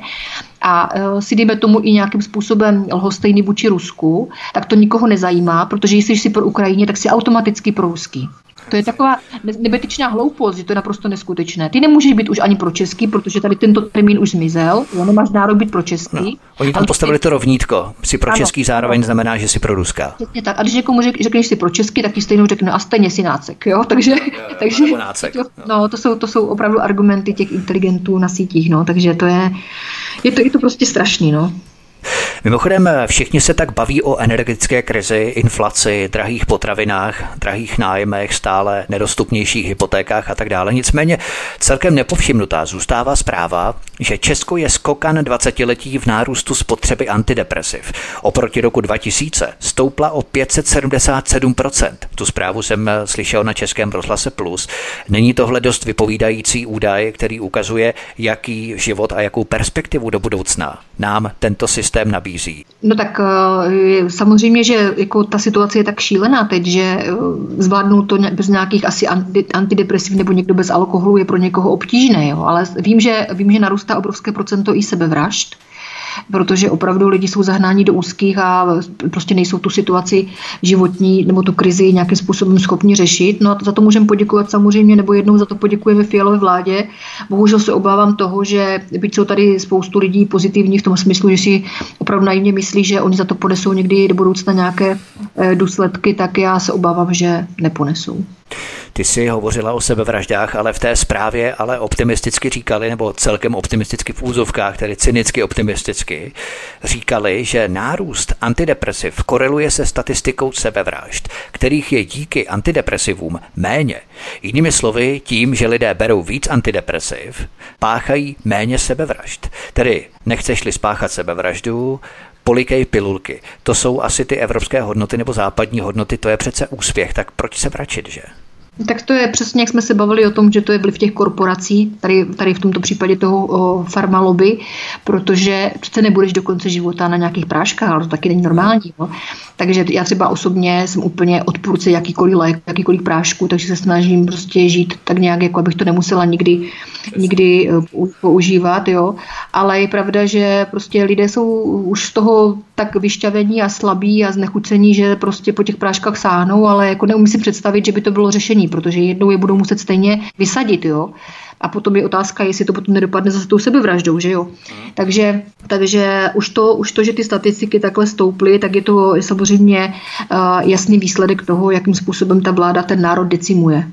a uh, si dejme tomu i nějakým způsobem lhostejný vůči Rusku, tak to nikoho nezajímá, protože jestli jsi pro Ukrajině, tak si automaticky pro ruský. To je taková nebetyčná hloupost, že to je naprosto neskutečné. Ty nemůžeš být už ani pro český, protože tady tento termín už zmizel. Jo, nemáš nárok být pro český. No, oni tam postavili to rovnítko. Si pro český ano, zároveň ano. Znamená, že jsi pro ruská. Přesně tak. A když někomu řek, řekneš si pro český, tak ti stejnou řekne a stejně si nácek. Jo? Takže, jo, jo, takže nácek, to, no, to, jsou, to jsou opravdu argumenty těch inteligentů na sítích. No. Takže to je, je, to, je to prostě strašný. No. Mimochodem, všichni se tak baví o energetické krizi, inflaci, drahých potravinách, drahých nájmech, stále nedostupnějších hypotékách a tak dále. Nicméně celkem nepovšimnutá zůstává zpráva, že Česko je skokan dvacetiletí v nárůstu spotřeby antidepresiv. Oproti roku dva tisíce stoupla o pět set sedmdesát sedm procent. Tu zprávu jsem slyšel na Českém rozhlase Plus. Není tohle dost vypovídající údaj, který ukazuje, jaký život a jakou perspektivu do budoucna nám tento systém nabízí? No tak samozřejmě, že jako ta situace je tak šílená teď, že zvládnout to bez nějakých asi antidepresiv nebo někdo bez alkoholu je pro někoho obtížné, jo? Ale vím, že, vím, že narůstá obrovské procento i sebevražd, protože opravdu lidi jsou zahnáni do úzkých a prostě nejsou tu situaci životní nebo tu krizi nějakým způsobem schopni řešit. No a za to můžeme poděkovat samozřejmě, nebo jednou za to poděkujeme Fialové vládě. Bohužel se obávám toho, že byť jsou tady spoustu lidí pozitivní v tom smyslu, že si opravdu naivně myslí, že oni za to ponesou někdy do budoucna nějaké důsledky, tak já se obávám, že neponesou. Ty jsi hovořila o sebevraždách, ale v té zprávě ale optimisticky říkali, nebo celkem optimisticky v úzovkách, tedy cynicky optimisticky, říkali, že nárůst antidepresiv koreluje se statistikou sebevražd, kterých je díky antidepresivům méně. Jinými slovy, tím, že lidé berou víc antidepresiv, páchají méně sebevražd. Tedy nechceš-li spáchat sebevraždu, polikej pilulky. To jsou asi ty evropské hodnoty nebo západní hodnoty, to je přece úspěch, tak proč se vračit, že? Tak to je přesně, jak jsme se bavili o tom, že to je vliv těch korporací, tady, tady v tomto případě toho o, farmalobby, protože přece nebudeš do konce života na nějakých práškách, ale to taky není normální. No. Takže já třeba osobně jsem úplně odpůrce jakýkoliv lék, jakýkoliv prášku, takže se snažím prostě žít tak nějak, jako abych to nemusela nikdy, nikdy používat. Jo. Ale je pravda, že prostě lidé jsou už z toho tak vyšťavení a slabí a znechucení, že prostě po těch práškách sáhnou, ale jako neumím si představit, že by to bylo řešení, protože jednou je budou muset stejně vysadit, jo. A potom je otázka, jestli to potom nedopadne zase tou sebevraždou, že jo. Takže, takže už, to, už to, že ty statistiky takhle stouply, tak je to samozřejmě uh, jasný výsledek toho, jakým způsobem ta vláda ten národ decimuje.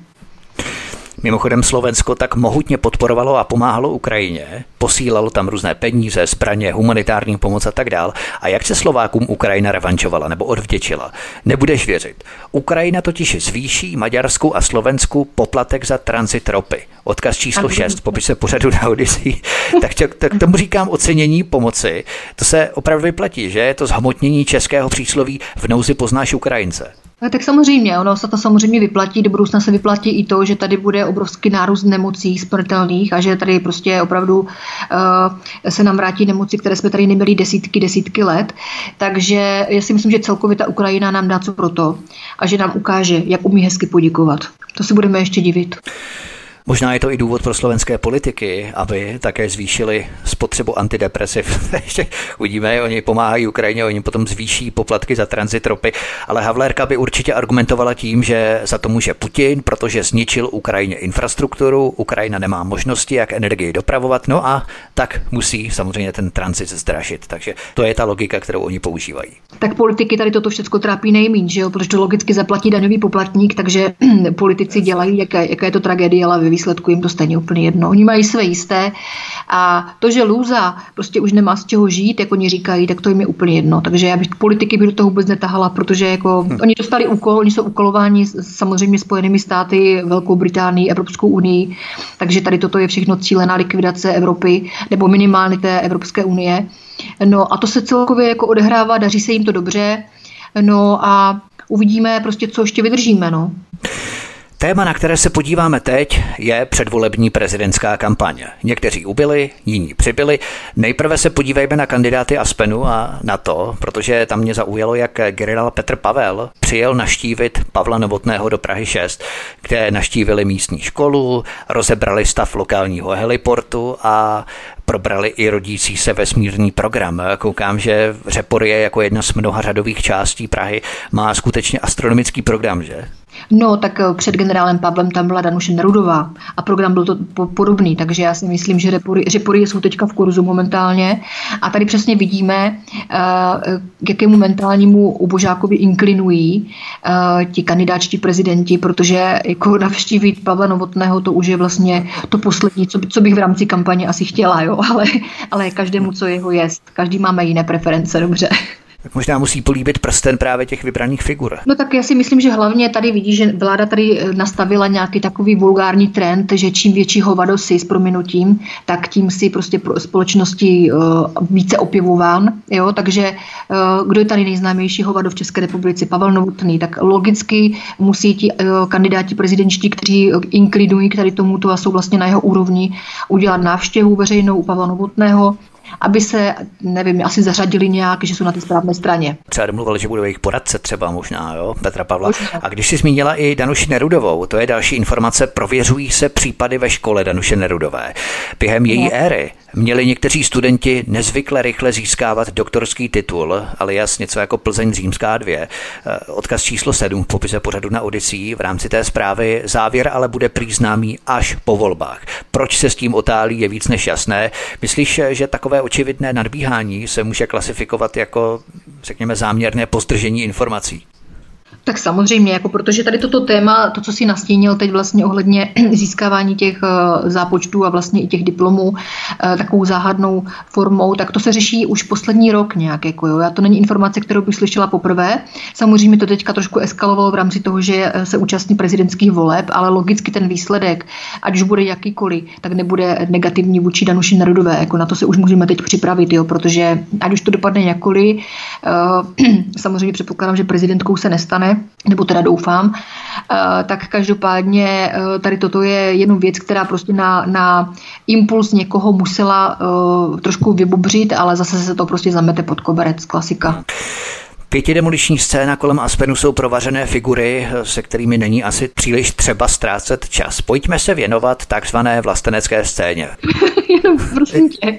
Mimochodem Slovensko tak mohutně podporovalo a pomáhalo Ukrajině, posílalo tam různé peníze, zbraně, humanitární pomoc a tak dál. A jak se Slovákům Ukrajina revančovala nebo odvděčila? Nebudeš věřit. Ukrajina totiž zvýší Maďarsku a Slovensku poplatek za tranzit ropy. Odkaz číslo šest, popise pořadu na Odyssey. Tak, tak tomu říkám ocenění pomoci. To se opravdu vyplatí, že? Je to zhmotnění českého přísloví v nouzi poznáš Ukrajince. No, tak samozřejmě, ono se to samozřejmě vyplatí, do budoucna se vyplatí i to, že tady bude obrovský nárůst nemocí smrtelných a že tady prostě opravdu uh, se nám vrátí nemoci, které jsme tady neměli desítky, desítky let. Takže já si myslím, že celkově ta Ukrajina nám dá co pro to a že nám ukáže, jak umí hezky poděkovat. To si budeme ještě divit. Možná je to i důvod pro slovenské politiky, aby také zvýšili spotřebu antidepresiv. Ještě uvidíme, oni pomáhají Ukrajině, oni potom zvýší poplatky za tranzit ropy, ale Havlérka by určitě argumentovala tím, že za to může Putin, protože zničil Ukrajině infrastrukturu, Ukrajina nemá možnosti, jak energii dopravovat, no a tak musí samozřejmě ten tranzit zdražit. Takže to je ta logika, kterou oni používají. Tak politiky tady toto všechno trápí nejméně, že jo, protože to logicky zaplatí daňový poplatník, takže politici dělají, jaká, jaká je to tragédie, ale ve výsledku jim to stejně úplně jedno. Oni mají své jisté a to, že lůza prostě už nemá z čeho žít, jak oni říkají, tak to jim je úplně jedno. Takže já bych politiky by do toho vůbec netahala, protože jako hm. oni dostali úkol, oni jsou úkolováni samozřejmě Spojenými státy, Velkou Británií, Evropskou unii, takže tady toto je všechno cílená likvidace Evropy nebo minimálně té Evropské unie. No a to se celkově jako odehrává, daří se jim to dobře, no a uvidíme prostě, co ještě vydržíme, no. Téma, na které se podíváme teď, je předvolební prezidentská kampaň. Někteří ubyli, jiní přibyli. Nejprve se podívejme na kandidáty Aspenu a na to, protože tam mě zaujalo, jak generál Petr Pavel přijel navštívit Pavla Novotného do Prahy šest, kde navštívili místní školu, rozebrali stav lokálního heliportu a probrali i rodící se vesmírný program. Koukám, že Řeporyje jako jedna z mnoha řadových částí Prahy má skutečně astronomický program, že? No, tak před generálem Pavlem tam byla Danuše Nerudová a program byl to podobný, takže já si myslím, že Řeporyje jsou teďka v kurzu momentálně a tady přesně vidíme, k jakému mentálnímu ubožákovi inklinují ti kandidáčtí prezidenti, protože jako navštívit Pavla Novotného, to už je vlastně to poslední, co, co bych v rámci kampaně asi chtěla, jo, ale, ale každému, co jeho jest. Každý máme jiné preference, dobře. Tak možná musí políbit prsten právě těch vybraných figur. No tak já si myslím, že hlavně tady vidí, že vláda tady nastavila nějaký takový vulgární trend, že čím větší hovado si s prominutím, tak tím si prostě pro společnosti uh, více opěvován. Jo? Takže uh, kdo je tady nejznámější hovado v České republice? Pavel Novotný. Tak logicky musí ti uh, kandidáti prezidentští, kteří inklinují k tady tomuto a jsou vlastně na jeho úrovni, udělat návštěvu veřejnou u Pavla Novotného, aby se, nevím, asi zařadili nějak, že jsou na té správné straně. Třeba domluvili, že budou jejich poradce třeba možná, jo, Petra Pavla. A když si zmínila i Danuši Nerudovou, to je další informace, prověřují se případy ve škole Danuše Nerudové. Během její no. éry měli někteří studenti nezvykle rychle získávat doktorský titul, alias něco jako Plzeň římská dvě. Odkaz číslo sedm v popise pořadu na Odysee v rámci té zprávy. Závěr ale bude prý známý až po volbách. Proč se s tím otálí, je víc než jasné. Myslíš, že takové očividné nadbíhání se může klasifikovat jako, řekněme, záměrné pozdržení informací? Tak samozřejmě, jako protože tady toto téma, to, co si nastínil teď vlastně ohledně získávání těch zápočtů a vlastně i těch diplomů takovou záhadnou formou, tak to se řeší už poslední rok nějak. Jako jo. Já to není informace, kterou bych slyšela poprvé. Samozřejmě to teďka trošku eskalovalo v rámci toho, že se účastní prezidentských voleb, ale logicky ten výsledek, ať už bude jakýkoliv, tak nebude negativní vůči Danuši Nerudové. Jako na to se už můžeme teď připravit, jo, protože ať už to dopadne jakkoliv, samozřejmě předpokládám, že prezidentkou se nestane, nebo teda doufám, tak každopádně tady toto je jenom věc, která prostě na, na impuls někoho musela trošku vybubřit, ale zase se to prostě zamete pod koberec, klasika. Pětidemoliční scéna kolem Aspenu jsou provařené figury, se kterými není asi příliš třeba ztrácet čas. Pojďme se věnovat takzvané vlastenecké scéně. Jenom prosím tě.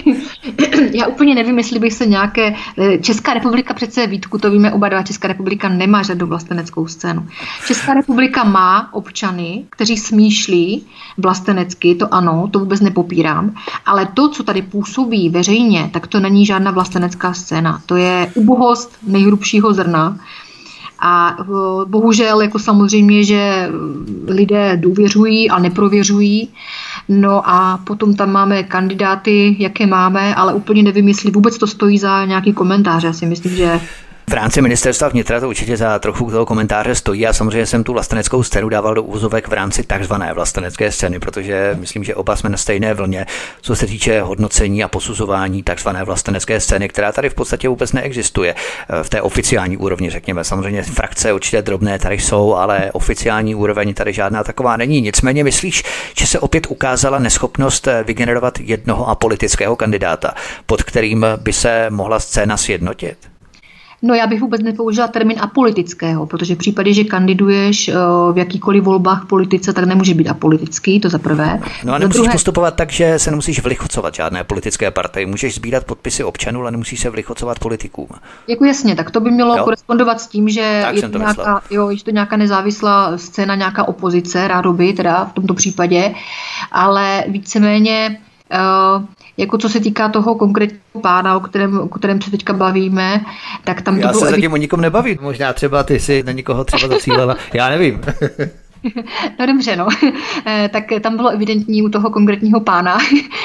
Já úplně nevím, jestli bych se nějaké... Česká republika přece, Vítku, to víme oba dva, Česká republika nemá žádnou vlasteneckou scénu. Česká republika má občany, kteří smýšlí vlastenecky, to ano, to vůbec nepopírám, ale to, co tady působí veřejně, tak to není žádná vlastenecká scéna. To je ubohost nejhrubšího zrna. A bohužel jako samozřejmě, že lidé důvěřují a neprověřují. No a potom tam máme kandidáty, jaké máme, ale úplně nevím, jestli vůbec to stojí za nějaký komentář. Já si myslím, že v rámci ministerstva vnitra to určitě za trochu toho komentáře stojí a samozřejmě jsem tu vlasteneckou scénu dával do úvozovek v rámci takzvané vlastenecké scény, protože myslím, že oba jsme na stejné vlně, co se týče hodnocení a posuzování takzvané vlastenecké scény, která tady v podstatě vůbec neexistuje v té oficiální úrovni, řekněme. Samozřejmě frakce určitě drobné tady jsou, ale oficiální úroveň tady žádná taková není. Nicméně myslíš, že se opět ukázala neschopnost vygenerovat jednoho apolitického kandidáta, pod kterým by se mohla scéna sjednotit? No já bych vůbec nepoužila termín apolitického, protože v případě, že kandiduješ v jakýkoliv volbách v politice, tak nemůže být apolitický, to za prvé. No a nemusíš druhé... postupovat tak, že se nemusíš vlichocovat žádné politické partii. Můžeš sbírat podpisy občanů, ale nemusíš se vlichocovat politikům. Jako jasně, tak to by mělo jo? korespondovat s tím, že tak je to, to nějaká, jo, je to nějaká nezávislá scéna, nějaká opozice, rádoby teda v tomto případě, ale víceméně uh, jako co se týká toho konkrétního pána, o kterém, o kterém se teďka bavíme, tak tam to Já bylo... se zatím o nikom nebavím. Možná třeba ty si na někoho třeba zacílela. Já nevím. No dobře, no. Tak tam bylo evidentní u toho konkrétního pána,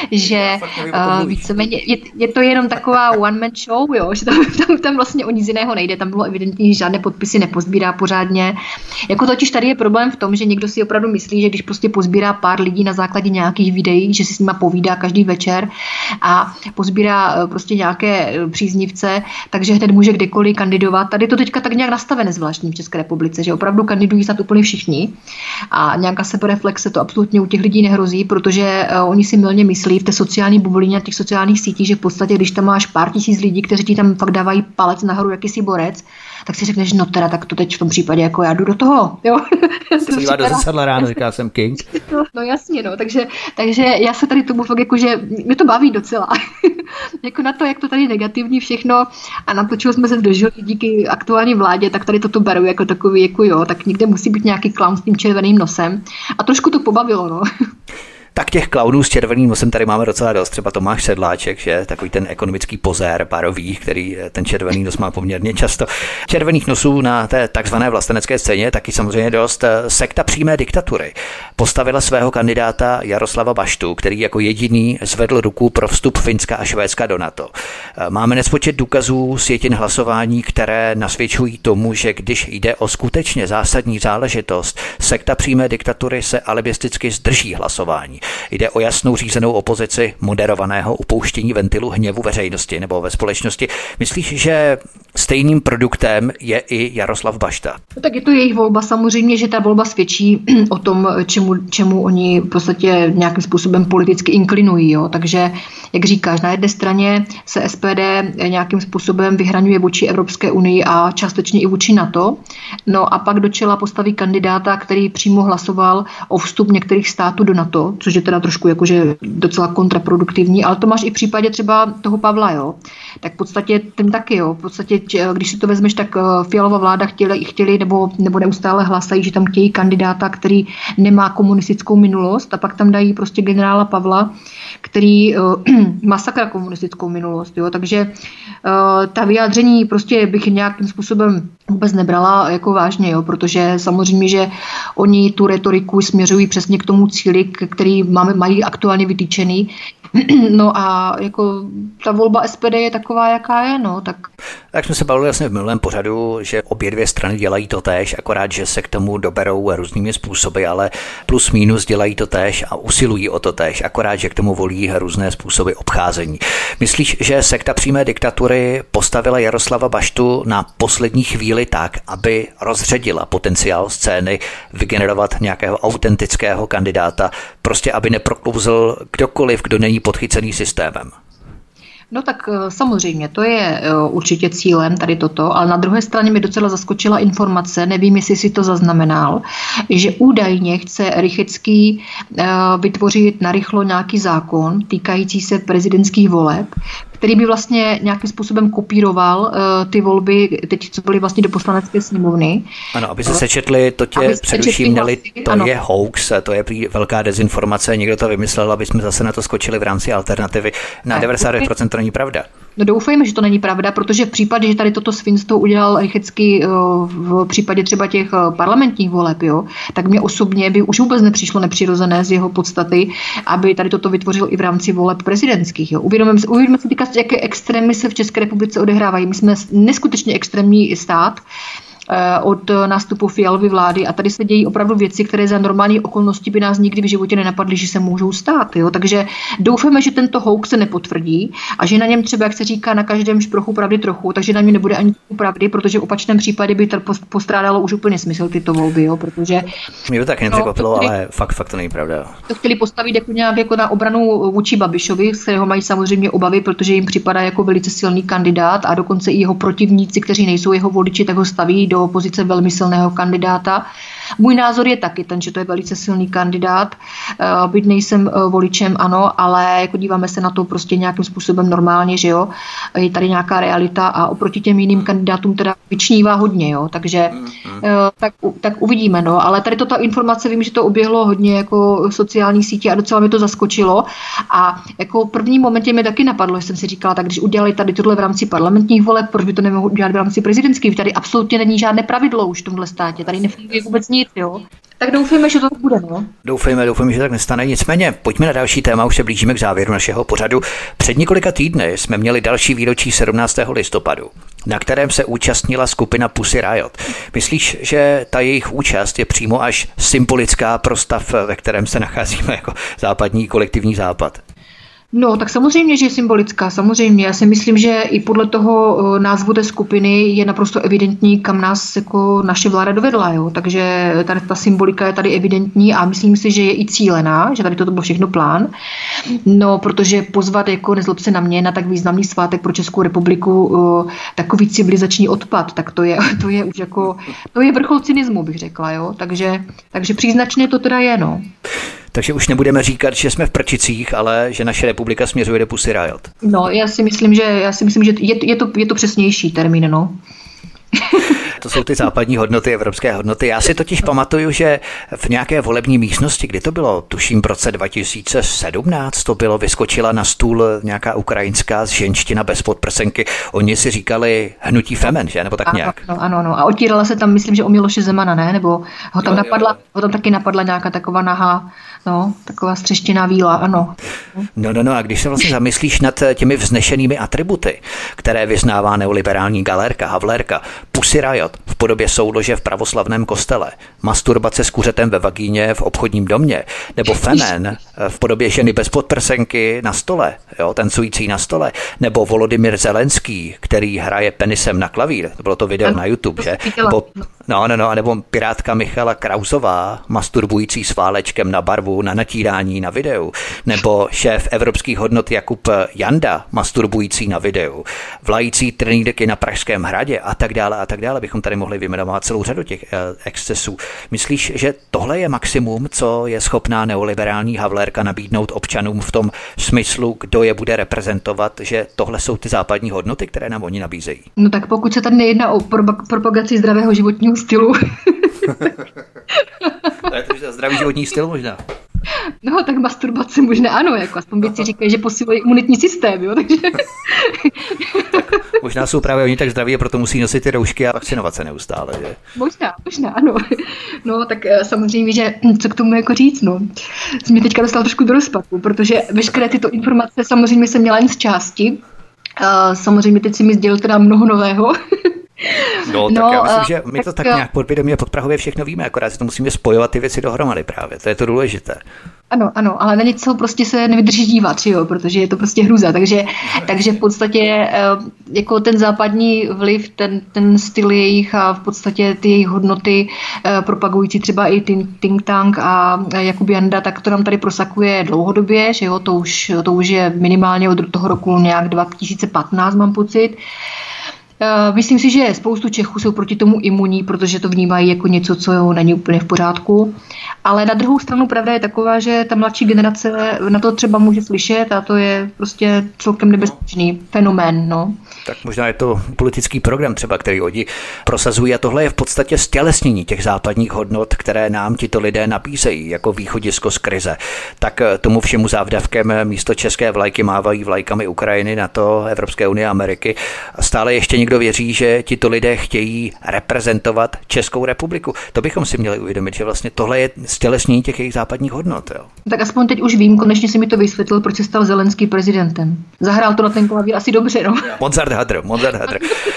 že uh, víceméně je, je to jenom taková one-man show, jo, že tam, tam, tam vlastně o nic jiného nejde, tam bylo evidentní, že žádné podpisy nepozbírá pořádně. Jako totiž tady je problém v tom, že někdo si opravdu myslí, že když prostě pozbírá pár lidí na základě nějakých videí, že si s nima povídá každý večer a pozbírá prostě nějaké příznivce, takže hned může kdekoliv kandidovat. Tady to teďka tak nějak nastavené zvláštní v České republice, že opravdu kandidují snad úplně všichni. A nějaká sebereflexe to absolutně u těch lidí nehrozí, protože uh, oni si mylně myslí v té sociální bublině a těch sociálních sítích, že v podstatě, když tam máš pár tisíc lidí, kteří ti tam fakt dávají palec nahoru, jakýsi borec, tak si řekneš, no teda, tak to teď v tom případě, jako já jdu do toho, jo. Se dívá do zrcadla ráno, říká jsem king. No, no jasně, no, takže, takže já se tady tomu fakt jako, že mě to baví docela. Jako na to, jak to tady negativní všechno a na to, čeho jsme se dožili díky aktuální vládě, tak tady toto beru jako takový, jako jo, tak někde musí být nějaký klaun s tím červeným nosem. A trošku to pobavilo, no. Tak těch klaunů s červeným nosem tady máme docela dost. Třeba Tomáš Sedláček, že takový ten ekonomický pozér barový, který ten červený nos má poměrně často. Červených nosů na té takzvané vlastenecké scéně taky samozřejmě dost. Sekta přímé diktatury postavila svého kandidáta Jaroslava Baštu, který jako jediný zvedl ruku pro vstup Finska a Švédska do NATO. Máme nespočet důkazů sjetin hlasování, které nasvědčují tomu, že když jde o skutečně zásadní záležitost, sekta přímé diktatury se alibisticky zdrží hlasování. Jde o jasnou řízenou opozici moderovaného upouštění ventilu hněvu veřejnosti nebo ve společnosti. Myslíš, že stejným produktem je i Jaroslav Bašta? No, tak je to jejich volba. Samozřejmě, že ta volba svědčí o tom, čemu, čemu oni v podstatě nějakým způsobem politicky inklinují. Jo? Takže, jak říkáš, na jedné straně se S P D nějakým způsobem vyhraňuje vůči Evropské unii a částečně i vůči NATO. No a pak do čela postaví kandidáta, který přímo hlasoval o vstup některých států do NATO, což je teda trošku jakože docela kontraproduktivní, ale to máš i v případě třeba toho Pavla, jo. Tak v podstatě ten taky, jo. V podstatě, když si to vezmeš, tak Fialova vláda chtěli, chtěli nebo, nebo neustále hlasají, že tam chtějí kandidáta, který nemá komunistickou minulost a pak tam dají prostě generála Pavla, který uh, má sakra komunistickou minulost, jo. Takže uh, ta vyjádření prostě bych nějakým způsobem vůbec nebrala jako vážně, jo, protože samozřejmě, že oni tu retoriku směřují přesně k tomu cíli, který máme, mají aktuálně vytýčený. No a jako ta volba S P D je taková, jaká je, no, tak... Tak jsme se bavili vlastně v minulém pořadu, že obě dvě strany dělají to též, akorát, že se k tomu doberou různými způsoby, ale plus minus dělají to též a usilují o to též, akorát, že k tomu volí různé způsoby obcházení. Myslíš, že sekta přímé diktatury postavila Jaroslava Baštu na poslední chvíli tak, aby rozředila potenciál scény vygenerovat nějakého autentického kandidáta, prostě aby neproklouzl kdokoliv, kdo není podchycený systémem? No tak samozřejmě, to je určitě cílem tady toto, ale na druhé straně mi docela zaskočila informace, nevím, jestli si to zaznamenal, že údajně chce Rychetský vytvořit narychlo nějaký zákon týkající se prezidentských voleb, který by vlastně nějakým způsobem kopíroval uh, ty volby, teď co byly vlastně do poslanecké sněmovny. Ano, aby se sečetli, to tě především měli, to ano. Je hoax, to je prý velká dezinformace, někdo to vymyslel, aby jsme zase na to skočili v rámci alternativy. Na ne, devadesát devět procent to není pravda. No doufejme, že to není pravda, protože v případě, že tady toto svinstvo udělal Rychetský v případě třeba těch parlamentních voleb, jo, tak mě osobně by už vůbec nepřišlo nepřirozené z jeho podstaty, aby tady toto vytvořil i v rámci voleb prezidentských. Jo. Uvědomíme si, uvědomíme si týka, jaké extrémy se v České republice odehrávají. My jsme neskutečně extrémní stát, od nástupu Fialovy vlády a tady se dějí opravdu věci, které za normální okolnosti by nás nikdy v životě nenapadly, že se můžou stát. Jo? Takže doufáme, že tento hoax se nepotvrdí a že na něm třeba, jak se říká, na každém šprochu pravdy trochu, takže na něm nebude ani pravdy, protože v opačném případě by to postrádalo už úplně smysl tyto volby, jo? Protože mě to tak nepřekvapilo, no, ale fakt, fakt to není pravda. To chtěli postavit jako nějak jako na obranu vůči Babišovi, z kterého mají samozřejmě obavy, protože jim připadá jako velice silný kandidát a dokonce i jeho protivníci, kteří nejsou jeho voliči, tak ho staví do pozice velmi silného kandidáta. Můj názor je taky ten, že to je velice silný kandidát. Byť nejsem voličem, ano, ale jako díváme se na to prostě nějakým způsobem normálně, že jo. Je tady nějaká realita a oproti těm jiným kandidátům teda vyčnívá hodně, jo. Takže tak, tak uvidíme, no. Ale tady to ta informace, vím, že to oběhlo hodně jako sociální sítě a docela mi to zaskočilo. A jako v prvním momentě mi taky napadlo, že jsem si říkala, tak když udělali tady tohle v rámci parlamentních voleb, proč by to nemohli udělat v rámci prezidentských? Tady absolutně není žádné pravidlo už v tomhle státě. Tady nefunguje vůbec nic, jo. Tak doufejme, že to tak bude, no. Doufejme, doufejme, že tak nestane. Nicméně, pojďme na další téma, už se blížíme k závěru našeho pořadu. Před několika týdny jsme měli další výročí sedmnáctého listopadu, na kterém se účastnila skupina Pussy Riot. Myslíš, že ta jejich účast je přímo až symbolická pro stav, ve kterém se nacházíme jako západní kolektivní západ? No, tak samozřejmě, že je symbolická, samozřejmě. Já si myslím, že i podle toho názvu té skupiny je naprosto evidentní, kam nás jako naše vláda dovedla, jo. Takže tady ta symbolika je tady evidentní a myslím si, že je i cílená, že tady toto byl všechno plán. No, protože pozvat, jako nezlob se na mě, na tak významný svátek pro Českou republiku takový civilizační odpad, tak to je, to je už jako, to je vrchol cynismu, bych řekla, jo. Takže, takže příznačně to teda je, no. Takže už nebudeme říkat, že jsme v prčicích, ale že naše republika směřuje do Pussy Riot. No, já si myslím, že, já si myslím, že je, je, to, je to přesnější termín, no. To jsou ty západní hodnoty, evropské hodnoty. Já si totiž pamatuju, že v nějaké volební místnosti, kdy to bylo, tuším v roce dva tisíce sedmnáct, to bylo, vyskočila na stůl nějaká ukrajinská ženština bez podprsenky. Oni si říkali hnutí Femen, že? Nebo tak ano, nějak. Ano, ano, ano. A otírala se tam, myslím, že o Miloše Zemana, ne? Nebo ho tam, jo, napadla, jo, jo. Ho tam taky napadla nějaká taková nahá, no, taková střeštěná víla, ano. No, no, no, a když se vlastně zamyslíš nad těmi vznešenými atributy, které vyznává neoliberální galérka, Havlérka, Pussy Riot v podobě soulože v pravoslavném kostele, masturbace s kuřetem ve vagíně v obchodním domě, nebo Femen v podobě ženy bez podprsenky na stole, jo, tancující na stole, nebo Volodymyr Zelenský, který hraje penisem na klavír, to bylo to video ano, na YouTube, že? Nebo, no, no, no, nebo pirátka Michala Krausová, masturbující s válečkem na barvu, na natírání na videu, nebo šéf evropských hodnot Jakub Janda, masturbující na videu, vlající trnýdeky na Pražském hradě a tak dále a tak dále, bychom tady mohli vyjmenovat celou řadu těch eh, excesů. Myslíš, že tohle je maximum, co je schopná neoliberální Havlérka nabídnout občanům v tom smyslu, kdo je bude reprezentovat, že tohle jsou ty západní hodnoty, které nám oni nabízejí? No tak pokud se tady nejedná o pro- propagaci zdravého životního stylu. To je to zdravý životní styl možná. No, tak masturbace možná ano, jako aspoň věci říkají, že posiluje imunitní systém, jo, takže... Tak možná jsou právě oni tak zdraví a proto musí nosit ty roušky a vakcinovat se neustále, že? Možná, možná, ano. No, tak samozřejmě, že co k tomu jako říct, no. Jsi mě teďka dostal trošku do rozpaku, protože veškeré tyto informace samozřejmě jsem měla jen z části. Samozřejmě teď si mi sdělil teda mnoho nového. No, tak no, já myslím, že my to tak, tak nějak podvědomě podprahově všechno víme, akorát si to musíme spojovat ty věci dohromady právě, to je to důležité. Ano, ano, ale na něco prostě se nevydrží dívat, jo, protože je to prostě hruza, takže, takže v podstatě jako ten západní vliv, ten, ten styl jejich a v podstatě ty jejich hodnoty propagující třeba i think tank a Jakub Janda, tak to nám tady prosakuje dlouhodobě, že jo, to už, to už je minimálně od toho roku nějak dva tisíce patnáct, mám pocit. Myslím si, že spoustu Čechů jsou proti tomu imunní, protože to vnímají jako něco, co není úplně v pořádku. Ale na druhou stranu pravda je taková, že ta mladší generace na to třeba může slyšet a to je prostě celkem nebezpečný fenomén. No. Tak možná je to politický program třeba, který oni prosazují a tohle je v podstatě stělesnění těch západních hodnot, které nám tito lidé nabízejí jako východisko z krize. Tak tomu všemu závdavkem místo české vlajky mávají vlajkami Ukrajiny, NATO, Evropské unie, Ameriky. Stále ještě někdo věří, že tito lidé chtějí reprezentovat Českou republiku. To bychom si měli uvědomit, že vlastně tohle je stělesnění těch jejich západních hodnot. Jo. Tak aspoň teď už vím, konečně si mi to vysvětlil, proč se stal Zelenský prezidentem. Zahrál to na ten klavír asi dobře, no. Mozart Hadr, Mozart Hadr.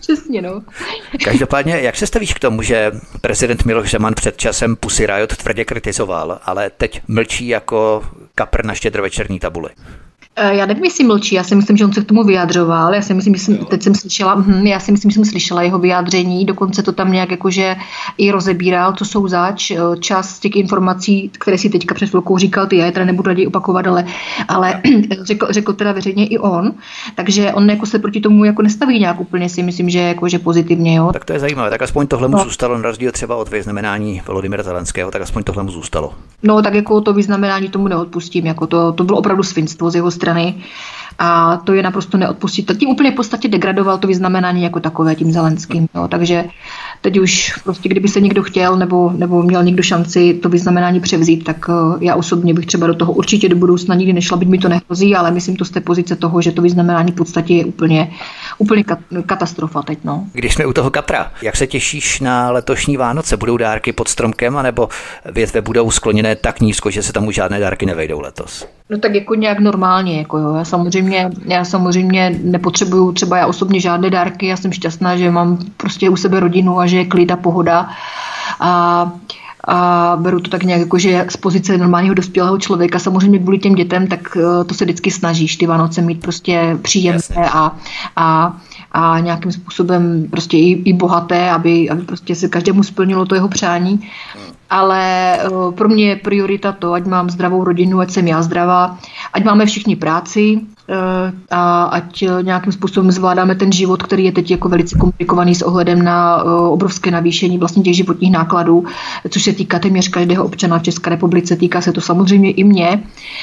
Přesně, no. Každopádně, jak se stavíš k tomu, že prezident Miloš Zeman před časem Pussy Riot tvrdě kritizoval, ale teď mlčí jako kapr na štědrovečerní tabuli? Já nevím, jestli mlčí, já si myslím, že on se k tomu vyjadřoval, já si myslím, že jsem, teď jsem slyšela, hm, já si myslím, že jsem slyšela jeho vyjádření, dokonce to tam nějak jakože i rozebíral, co jsou zač, část těch informací, které si teďka před chvilkou říkal ty, já je teda nebudu raději opakovat, ale, ale řekl, řekl teda veřejně i on, takže on jako se proti tomu jako nestaví nějak úplně, si myslím, že jakože pozitivně, jo. Tak to je zajímavé, tak aspoň tohle mu no. zůstalo, na rozdíl třeba od vyznamenání Volodymyra Zelenského, tak aspoň tohle mu zůstalo. No, tak jako to vyznamenání tomu neodpustím, jako to, to bylo opravdu svinstvo z jeho strany a to je naprosto neodpustitelné. Tím úplně v podstatě degradoval to vyznamenání jako takové tím Zelenským. Jo. Takže teď už prostě, kdyby se někdo chtěl nebo, nebo měl někdo šanci to vyznamenání převzít, tak já osobně bych třeba do toho určitě do budoucna nikdy nešla, byť mi to nehrozí, ale myslím to z té pozice toho, že to vyznamenání v podstatě je úplně, úplně katastrofa teď. No. Když jsme u toho kapra, jak se těšíš na letošní Vánoce? Budou dárky pod stromkem, anebo větve budou skloněné tak nízko, že se tam už žádné dárky nevejdou letos? No tak jako nějak normálně, jako jo. Já samozřejmě, já samozřejmě nepotřebuju třeba já osobně žádné dárky, já jsem šťastná, že mám prostě u sebe rodinu a že je klid a pohoda a, a beru to tak nějak jako, že z pozice normálního dospělého člověka, samozřejmě kvůli těm dětem, tak to se vždycky snažíš ty Vánoce mít prostě příjemné a, a a nějakým způsobem prostě i, i bohaté, aby, aby prostě se každému splnilo to jeho přání. Ale uh, pro mě je priorita to, ať mám zdravou rodinu, ať jsem já zdravá, ať máme všichni práci uh, a ať uh, nějakým způsobem zvládáme ten život, který je teď jako velice komplikovaný s ohledem na uh, obrovské navýšení vlastně těch životních nákladů, což se týká téměř každého občana v České republice, týká se to samozřejmě i mě.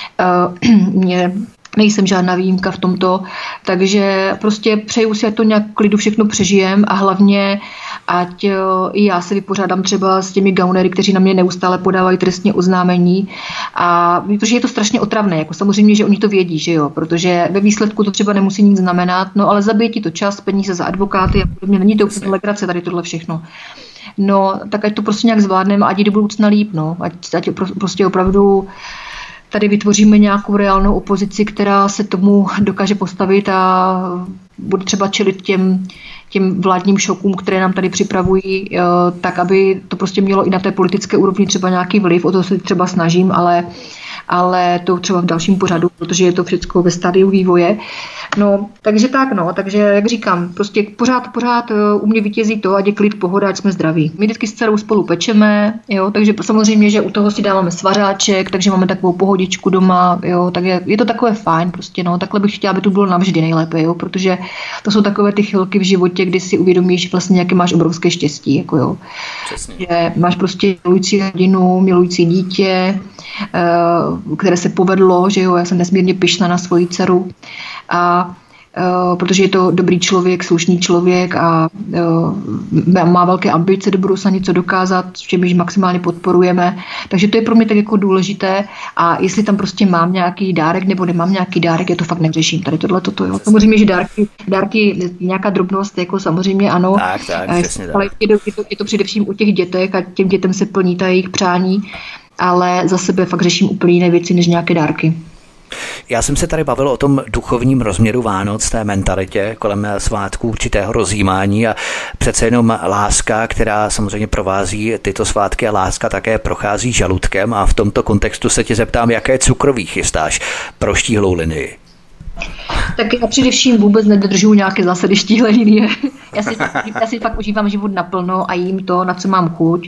Uh, mě Nejsem žádná výjimka v tomto, takže prostě přeju si, ať to nějak klidu všechno přežijem a hlavně, ať i já se vypořádám třeba s těmi gaunery, kteří na mě neustále podávají trestní oznámení, a protože je to strašně otravné, jako samozřejmě, že oni to vědí, že jo, protože ve výsledku to třeba nemusí nic znamenat, no ale zabije ti to čas, peníze za advokáty a podobně, není to úplně legrace tady tohle všechno. No, tak ať to prostě nějak zvládneme a ať do budoucna líp, no, ať, ať prostě opravdu tady vytvoříme nějakou reálnou opozici, která se tomu dokáže postavit a bude třeba čelit těm, těm vládním šokům, které nám tady připravují, tak aby to prostě mělo i na té politické úrovni třeba nějaký vliv, o to se třeba snažím, ale, ale to třeba v dalším pořadu, protože je to všechno ve stádiu vývoje. No, takže tak, no, takže jak říkám, prostě pořád, pořád u mě vítězí to, ať je klid, pohoda, ať jsme zdraví. My vždycky s dcerou spolu pečeme, jo, takže samozřejmě, že u toho si dáváme svařáček, takže máme takovou pohodičku doma, jo, tak je, je to takové fajn, prostě, no, takhle bych chtěla, aby to bylo navždy nejlépe, jo, protože to jsou takové ty chvilky v životě, kdy si uvědomíš vlastně, jaké máš obrovské štěstí, jako jo. Přesně. Že máš prostě milující rodinu, milující dítě, které se povedlo, že jo, já jsem nesmírně pyšná na svoji dceru a Uh, protože je to dobrý člověk, slušný člověk a uh, má velké ambice do budoucna něco dokázat, v čemž maximálně podporujeme. Takže to je pro mě tak jako důležité a jestli tam prostě mám nějaký dárek nebo nemám nějaký dárek, já to fakt neřeším. Tady tohle toto, jo. Samozřejmě, že dárky, dárky nějaká drobnost, jako samozřejmě ano, tak, tak, přesně ale je to, je, to, je to především u těch dětek a těm dětem se plní ta jejich přání, ale za sebe fakt řeším úplně jiné věci než nějaké dárky. Já jsem se tady bavil o tom duchovním rozměru Vánoc, té mentalitě kolem svátků, určitého rozjímání a přece jenom láska, která samozřejmě provází tyto svátky a láska také prochází žaludkem a v tomto kontextu se tě zeptám, jaké cukroví chystáš pro štíhlou linii? Tak já především vůbec nedodržuju nějaké zásady štíhlé linie. Já si, já si fakt užívám život naplno a jím to, na co mám chuť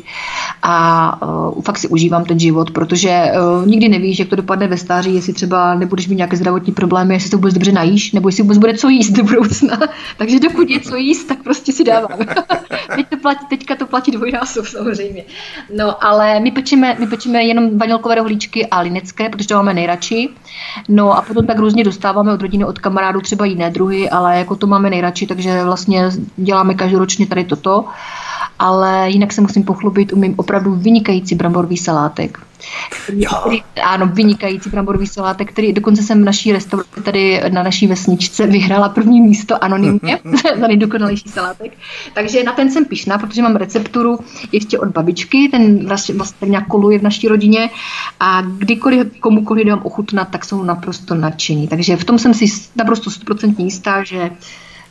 a uh, fakt si užívám ten život, protože uh, nikdy nevíš, jak to dopadne ve stáří, jestli třeba nebudeš mít nějaké zdravotní problémy, jestli to vůbec dobře najíš, nebo jestli vůbec bude co jíst do budoucna. Takže dokud je co jíst, tak prostě si dávám. Teď to platí, teďka to platí dvojnásob samozřejmě. No, ale my pečeme, my pečeme jenom vanilkové rohlíčky a linecké, protože to máme nejradši. No a potom tak různě dostáváme od rodiny, od kamarádů třeba jiné druhy, ale jako to máme nejradši, takže vlastně děláme každoročně tady toto. Ale jinak se musím pochlubit, umím opravdu vynikající bramborový salátek. Který, ano, vynikající bramborový salátek, který dokonce jsem v naší restauraci tady na naší vesničce vyhrála první místo anonymně za nejdokonalejší salátek. Takže na ten jsem pyšná, protože mám recepturu ještě od babičky, ten vlastně, vlastně nějak koluje v naší rodině a kdykoliv komukoliv dám ochutnat, tak jsou naprosto nadšení. Takže v tom jsem si naprosto stoprocentně jistá, že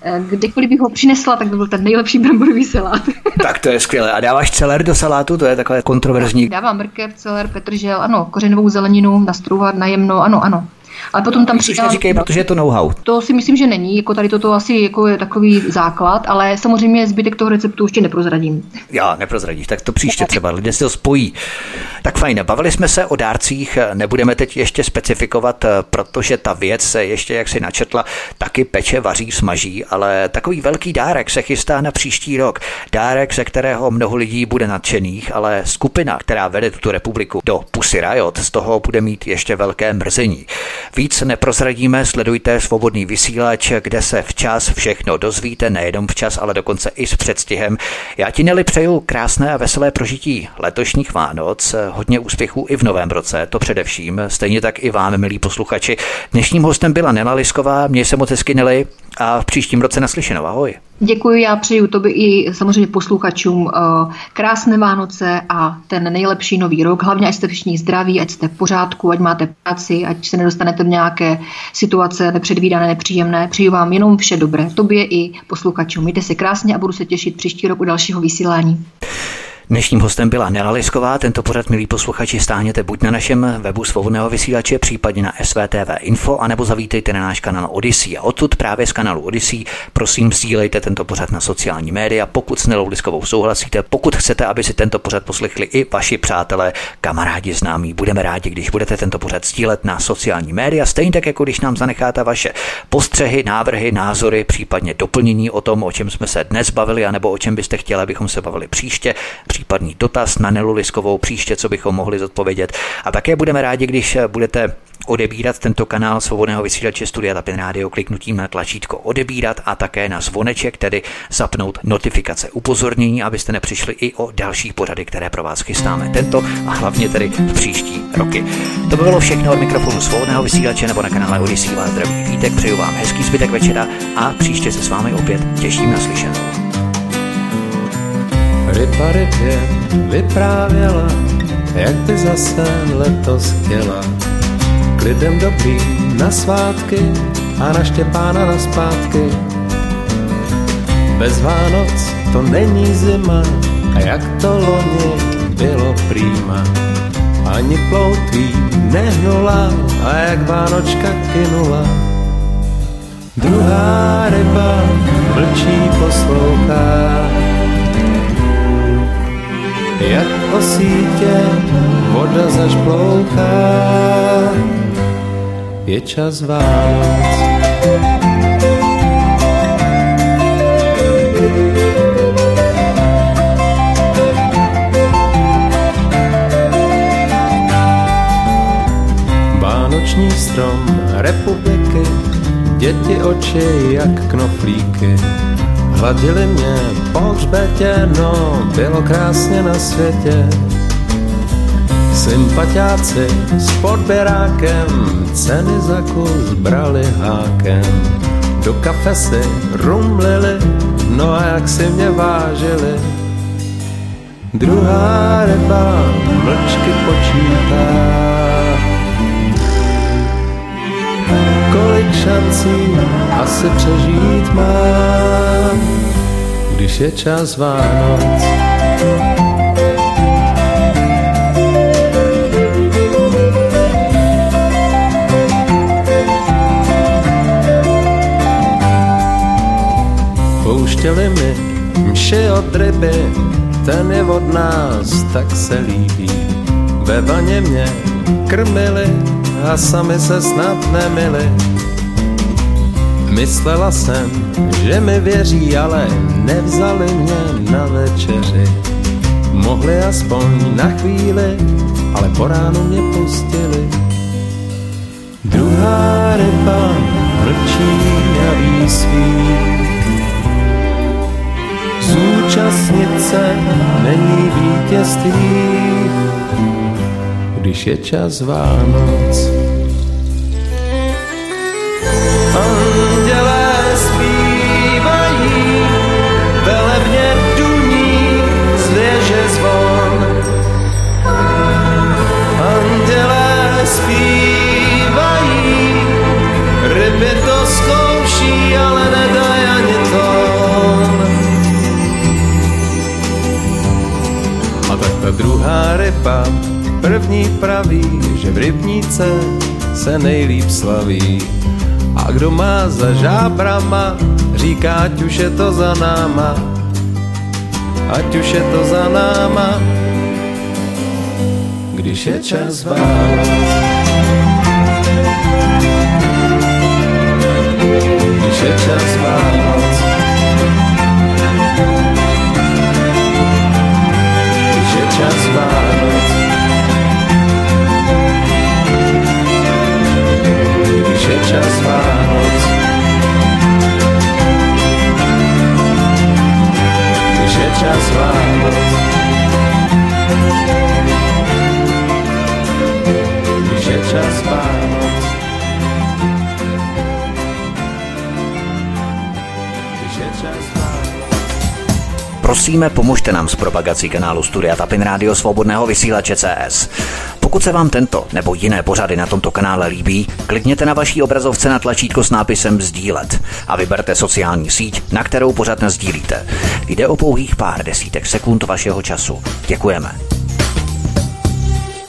Kdekoliv bych ho přinesla, tak to byl ten nejlepší bramborový salát. Tak to je skvělé. A dáváš celer do salátu? To je takové kontroverzní. Dávám mrkev, celer, petržel, ano, kořenovou zeleninu, nastrouhat najemno, ano, ano. Ale potom tam přidám... Říkej, protože je to know-how. To si myslím, že není, jako tady toto asi jako je takový základ, ale samozřejmě zbytek toho receptu ještě neprozradím. Já, neprozradíš, tak to příště třeba, lidé si to spojí. Tak fajn, bavili jsme se o dárcích, nebudeme teď ještě specifikovat, protože ta věc se ještě, jak si načetla, taky peče, vaří, smaží, ale takový velký dárek se chystá na příští rok. Dárek, ze kterého mnoho lidí bude nadšených, ale skupina, která vede tuto republiku do Pussy Riot, z toho bude mít ještě velké mrzení. Víc neprozradíme, sledujte Svobodný vysílač, kde se včas všechno dozvíte, nejenom včas, ale dokonce i s předstihem. Já ti, Neli, přeju krásné a veselé prožití letošních Vánoc, hodně úspěchů i v novém roce, to především, stejně tak i vám, milí posluchači. Dnešním hostem byla Nela Lisková, měj se moc hezky, Neli, a v příštím roce naslyšenou, ahoj. Děkuji, já přeju tobě i samozřejmě posluchačům krásné Vánoce a ten nejlepší nový rok. Hlavně, ať jste všichni zdraví, ať jste v pořádku, ať máte práci, ať se nedostanete v nějaké situace nepředvídané, nepříjemné. Přeju vám jenom vše dobré, tobě i posluchačům. Mějte se krásně a budu se těšit příští rok u dalšího vysílání. Dnešním hostem byla Nela Lisková. Tento pořad, milí posluchači, stáhněte buď na našem webu Svobodného vysílače, případně na S V T V Info, anebo zavítejte na náš kanál Odyssey. A odtud právě z kanálu Odyssey, prosím, sdílejte tento pořad na sociální média, pokud s Nelou Liskovou souhlasíte, pokud chcete, aby si tento pořad poslechli i vaši přátelé, kamarádi, známí. Budeme rádi, když budete tento pořad sdílet na sociální média, stejně tak, jako když nám zanecháte vaše postřehy, návrhy, názory, případně doplnění o tom, o čem jsme se dnes bavili, anebo o čem byste chtěli, abychom se bavili příště. Případný dotaz na Nelu Liskovou příště, co bychom mohli zodpovědět. A také budeme rádi, když budete odebírat tento kanál Svobodného vysílače Studia Tapin Radio kliknutím na tlačítko odebírat a také na zvoneček, tedy zapnout notifikace upozornění, abyste nepřišli i o další pořady, které pro vás chystáme tento a hlavně tedy v příští roky. To by bylo všechno od mikrofonu Svobodného vysílače nebo na kanále Odyssey. Vás zdraví Vítek, přeju vám hezký zbytek večera a příště se s vámi opět těším na slyšenou. Ryba rybě vyprávěla, jak by zase letos chtěla. K lidem dobrý na svátky a na Štěpána na zpátky. Bez Vánoc to není zima a jak to loni bylo prýma. Ani ploutví nehnula a jak Vánočka kynula. Druhá ryba mlčí poslouchá, jak o sítě voda zažplouchá. Je čas Vánoc. Vánoční strom republiky, děti oči jak knoflíky. Hladili mě po hřbetě, no bylo krásně na světě. Sympatiáci s podběrákem ceny za kus brali hákem. Do kafe si rumlili, no a jak si mě vážili. Druhá ryba mlčky počítá, kolik šancí asi přežít mám, když je čas Vánoc. Pouštěli mi mši od ryby, ten je od nás, tak se líbí. Ve vaně mě krmili a sami se snad nemili. Myslela jsem, že mi věří, ale nevzali mě na večeři. Mohli aspoň na chvíli, ale po ránu mě pustili. Druhá ryba mlčí a výsví. Zúčastnit se není vítězství, když je čas Vánoc. Andělé zpívají, velebně duní zvěže zvon. Andělé zpívají, ryby to zkouší, ale nedají ani druhá ryba, první praví, že v rybníce se nejlíp slaví. A kdo má za žábrama, říká, ať už je to za náma, ať už je to za náma, když je čas Vánoc. Když je čas Vánoc. Když je čas Vánoc. Když je čas Vánoc. Když je čas Vánoc. Když je čas Vánoc. Když je čas Vánoc. Prosíme, pomožte nám s propagací kanálu Studia Tapin Rádio Svobodného vysílače C S. Pokud se vám tento nebo jiné pořady na tomto kanále líbí, klikněte na vaší obrazovce na tlačítko s nápisem sdílet a vyberte sociální síť, na kterou pořad nasdílíte. Jde o pouhých pár desítek sekund vašeho času. Děkujeme.